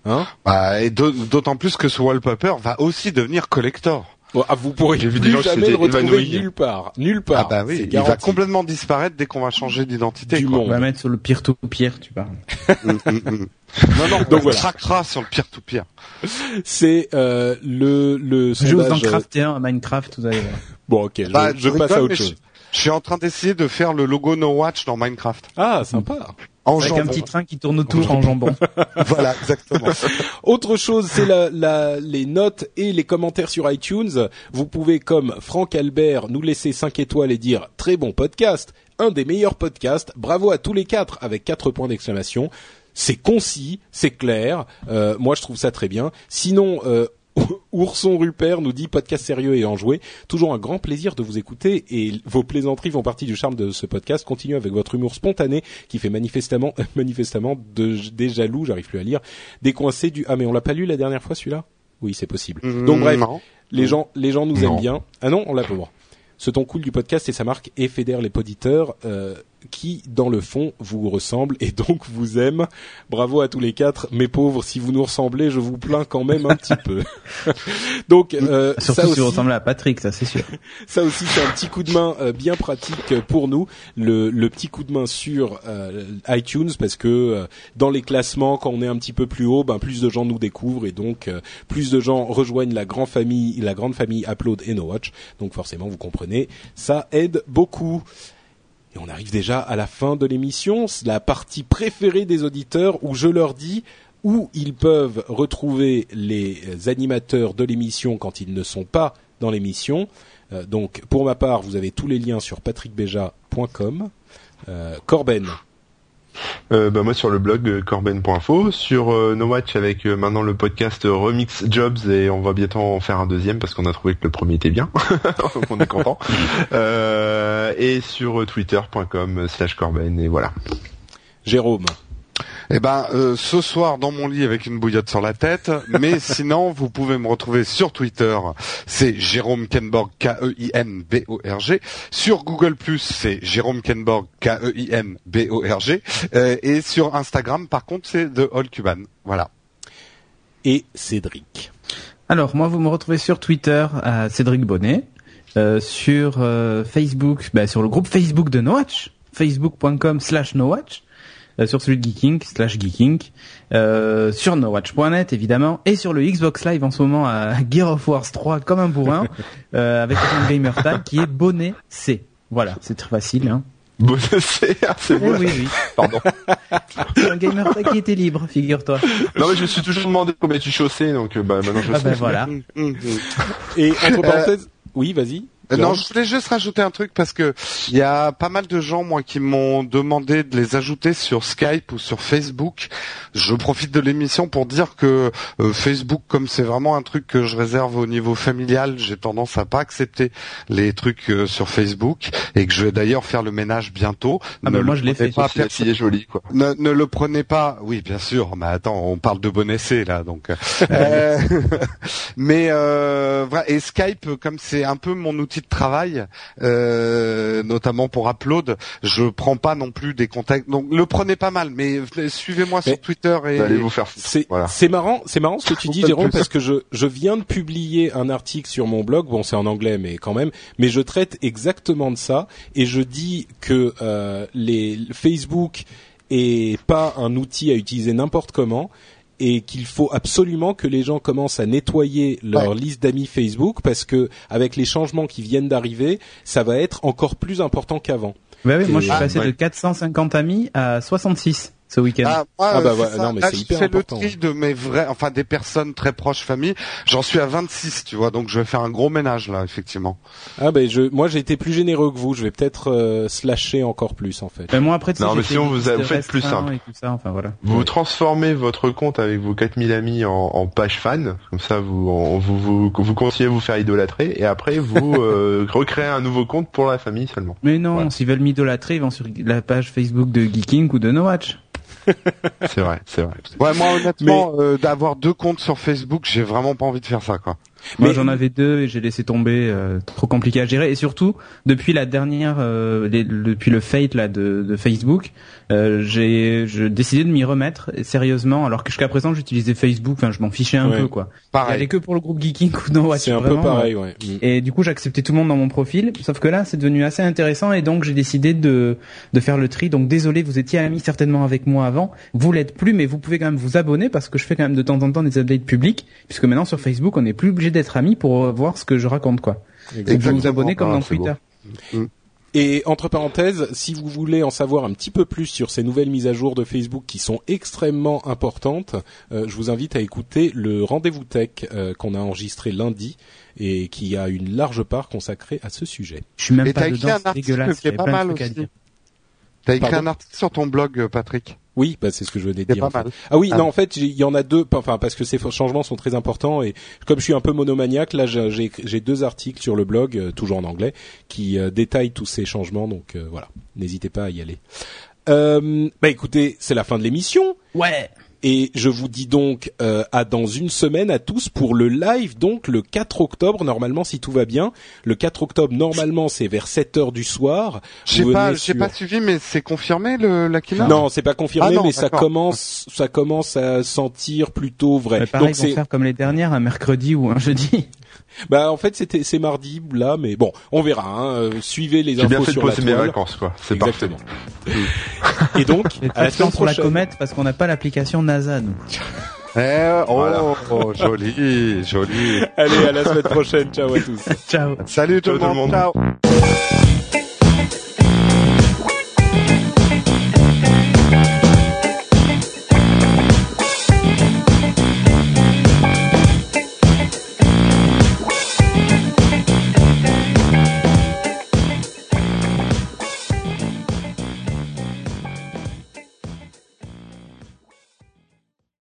Hein bah, et d'autant plus que ce wallpaper va aussi devenir collector. Bon, ah, vous pourrez J'ai vu plus des gens qui jamais s'étaient le retrouver évanouis. nulle part, nulle part. Ah bah oui, c'est il garanti. va complètement disparaître dès qu'on va changer d'identité. Du quoi. monde. On va mettre sur le peer-to-peer, tu parles. Mm, mm, mm. Non, non, Donc on voilà. craquera sur le peer-to-peer. C'est euh, le le Je joue aux sondage. Craft un à Minecraft, vous allez voir. Bon, ok, je, Bah, je je passe à rigole, autre mais chose. Je suis en train d'essayer de faire le logo No Watch dans Minecraft. Ah, sympa. En Avec un jambon. petit train qui tourne autour en jambon. Voilà, exactement. Autre chose, c'est la, la, les notes et les commentaires sur iTunes. Vous pouvez, comme Franck Albert, nous laisser cinq étoiles et dire « Très bon podcast, un des meilleurs podcasts, bravo à tous les quatre » avec quatre points d'exclamation. C'est concis, c'est clair. Euh, moi, je trouve ça très bien. Sinon, euh, Ourson Rupert nous dit podcast sérieux et enjoué. Toujours un grand plaisir de vous écouter et vos plaisanteries font partie du charme de ce podcast. Continuez avec votre humour spontané qui fait manifestement, manifestement de, des jaloux, j'arrive plus à lire, des coincés du. Ah mais on l'a pas lu la dernière fois celui-là ? Oui, c'est possible. Mmh, Donc bref, non. les gens, les gens nous Non. aiment bien. Ah non, on l'a pas. Ce ton cool du podcast et sa marque et fédère les poditeurs euh, qui, dans le fond, vous ressemblent et donc vous aiment. Bravo à tous les quatre. Mes pauvres, si vous nous ressemblez, je vous plains quand même un petit peu. Donc, euh, Surtout ça si aussi, vous ressemblez à Patrick, ça c'est sûr. ça aussi, c'est un petit coup de main euh, bien pratique pour nous. Le, le petit coup de main sur euh, iTunes parce que euh, dans les classements, quand on est un petit peu plus haut, ben plus de gens nous découvrent et donc euh, plus de gens rejoignent la grande famille, la grande famille Upload et No Watch. Donc forcément, vous comprenez, ça aide beaucoup. Et on arrive déjà à la fin de l'émission, c'est la partie préférée des auditeurs où je leur dis où ils peuvent retrouver les animateurs de l'émission quand ils ne sont pas dans l'émission. Euh, donc, pour ma part, vous avez tous les liens sur patrick beja point com. Euh, Corben. Euh, bah moi sur le blog euh, corben point info, sur euh, No Watch avec euh, maintenant le podcast euh, Remix Jobs et on va bientôt en faire un deuxième parce qu'on a trouvé que le premier était bien, donc on est content. euh, et sur euh, twitter point com slash corben et voilà. Jérôme. Eh ben, euh, ce soir dans mon lit avec une bouillotte sur la tête, mais sinon vous pouvez me retrouver sur Twitter, c'est Jérôme Kenborg, K E I N B O R G. Sur Google plus, c'est Jérôme Kenborg, K E I N B O R G. Euh, et sur Instagram, par contre, c'est The All Cuban. Voilà. Et Cédric. Alors, moi, vous me retrouvez sur Twitter à Cédric Bonnet, euh, sur euh, Facebook, bah, sur le groupe Facebook de No Watch, facebook point com slash No Watch. Euh, sur celui de Geeking, slash Geeking, euh, sur no watch point net évidemment, et sur le Xbox Live en ce moment à Gear of Wars trois comme un bourrin, euh, avec un gamer tag qui est Bonnet C. Voilà, c'est très facile, hein. Bon, c'est ah, c'est Eh bon. oui, oui. Pardon. C'est un gamer tag qui était libre, figure-toi. Non mais je me suis toujours demandé combien tu chaussais, donc euh, bah maintenant je Ah sais. ben voilà. Et entre parenthèses, oui, vas-y. Euh, Jérôme. non, je voulais juste rajouter un truc parce que il y a pas mal de gens, moi, qui m'ont demandé de les ajouter sur Skype ou sur Facebook. Je profite de l'émission pour dire que euh, Facebook, comme c'est vraiment un truc que je réserve au niveau familial, j'ai tendance à pas accepter les trucs euh, sur Facebook et que je vais d'ailleurs faire le ménage bientôt. Ah Ne ben moi le je l'ai prenez fait. pas Si la fille est jolie quoi. Ne, ne le prenez pas. Oui, bien sûr. Mais attends, on parle de bon essai là, donc. Euh, mais euh, voilà. Et Skype, comme c'est un peu mon outil de travail, euh, notamment pour Upload, je prends pas non plus des contacts. Donc, le prenez pas mal. Mais suivez-moi Mais sur Twitter et. Allez vous faire. C'est Voilà. c'est marrant, c'est marrant ce que tu dis, Pas Jérôme, plus. parce que je je viens de publier un article sur mon blog. Bon, c'est en anglais, mais quand même. Mais je traite exactement de ça et je dis que euh, les Facebook est pas un outil à utiliser n'importe comment et qu'il faut absolument que les gens commencent à nettoyer leur Ouais. liste d'amis Facebook parce que avec les changements qui viennent d'arriver, ça va être encore plus important qu'avant. Bah oui, moi je suis Ah, passé ouais. de quatre cent cinquante amis à soixante-six ce week-end. Ah, moi, Ah bah euh, voilà, c'est ça. non, mais Là, c'est je hyper fais important. le tri de mes vrais, enfin des personnes très proches famille. J'en suis à vingt-six, tu vois. Donc je vais faire un gros ménage là, effectivement. Ah ben je moi j'ai été plus généreux que vous, je vais peut-être euh, slasher encore plus en fait. Ben moi après tu sais, Non, mais j'ai sinon, fait une vous- liste vous faites plus restreinte simple. et tout ça, enfin voilà. Vous transformez votre compte avec vos quatre mille amis en, en page fan, comme ça vous, en- vous, vous, vous continuez à vous faire idolâtrer, et après vous euh, recréez un nouveau compte pour la famille seulement. Mais non, Voilà. s'ils veulent m'idolâtrer, ils vont sur la page Facebook de Geeking ou de No Watch. C'est vrai, c'est vrai. Ouais, moi honnêtement, euh, d'avoir deux comptes sur Facebook, j'ai vraiment pas envie de faire ça, quoi. Moi, mais... j'en avais deux et j'ai laissé tomber, euh, trop compliqué à gérer. Et surtout, depuis la dernière, euh, les, depuis le Fate là de, de Facebook, euh, j'ai, j'ai décidé de m'y remettre sérieusement. Alors que jusqu'à présent, j'utilisais Facebook, enfin, je m'en fichais un ouais. peu, quoi. Pareil. J'allais que pour le groupe Geeking ou non, ouais, c'est un vraiment, peu pareil, ouais. Et du coup, j'acceptais tout le monde dans mon profil. Sauf que là, c'est devenu assez intéressant et donc j'ai décidé de de faire le tri. Donc désolé, vous étiez amis certainement avec moi avant. Vous l'êtes plus, mais vous pouvez quand même vous abonner parce que je fais quand même de temps en temps des updates publics, puisque maintenant sur Facebook, on n'est plus obligé d'être amis pour voir ce que je raconte, quoi. Exactement. Vous vous abonnez comme dans ah, Twitter. Beau. Et entre parenthèses, si vous voulez en savoir un petit peu plus sur ces nouvelles mises à jour de Facebook qui sont extrêmement importantes, euh, je vous invite à écouter le Rendez-vous Tech euh, qu'on a enregistré lundi et qui a une large part consacrée à ce sujet. Je suis même et pas dedans, c'est dégueulasse. Qui est pas mal aussi. T'as écrit Pardon un article sur ton blog, Patrick. Oui, bah c'est ce que je venais de dire. Pas mal. Ah oui, ah. non, en fait, il y en a deux, enfin parce que ces changements sont très importants et comme je suis un peu monomaniaque, là, j'ai, j'ai deux articles sur le blog, euh, toujours en anglais, qui euh, détaillent tous ces changements. Donc euh, voilà, n'hésitez pas à y aller. Euh, bah écoutez, c'est la fin de l'émission. Ouais. Et je vous dis donc euh, à dans une semaine à tous pour le live, donc le quatre octobre, normalement si tout va bien. Le quatre octobre, normalement, c'est vers sept heures du soir. J'ai pas, j'ai sur... pas suivi, mais c'est confirmé le la keynote. Non, c'est pas confirmé, ah non, mais d'accord. ça commence, ça commence à sentir plutôt vrai. Mais pareil, donc ils vont c'est faire comme les dernières, un mercredi ou un jeudi. Bah en fait c'était c'est mardi là, mais bon, on verra. Hein. Suivez les infos bien fait sur de la poser toile. Mes vacances, quoi. C'est exactement. Et donc à la semaine sur la prochaine. comète parce qu'on n'a pas l'application NASA nous. Eh, oh, voilà. oh, joli, joli. Allez, à la semaine prochaine. Ciao à tous. Ciao. Salut tout, Ciao le monde. Tout le monde. Ciao.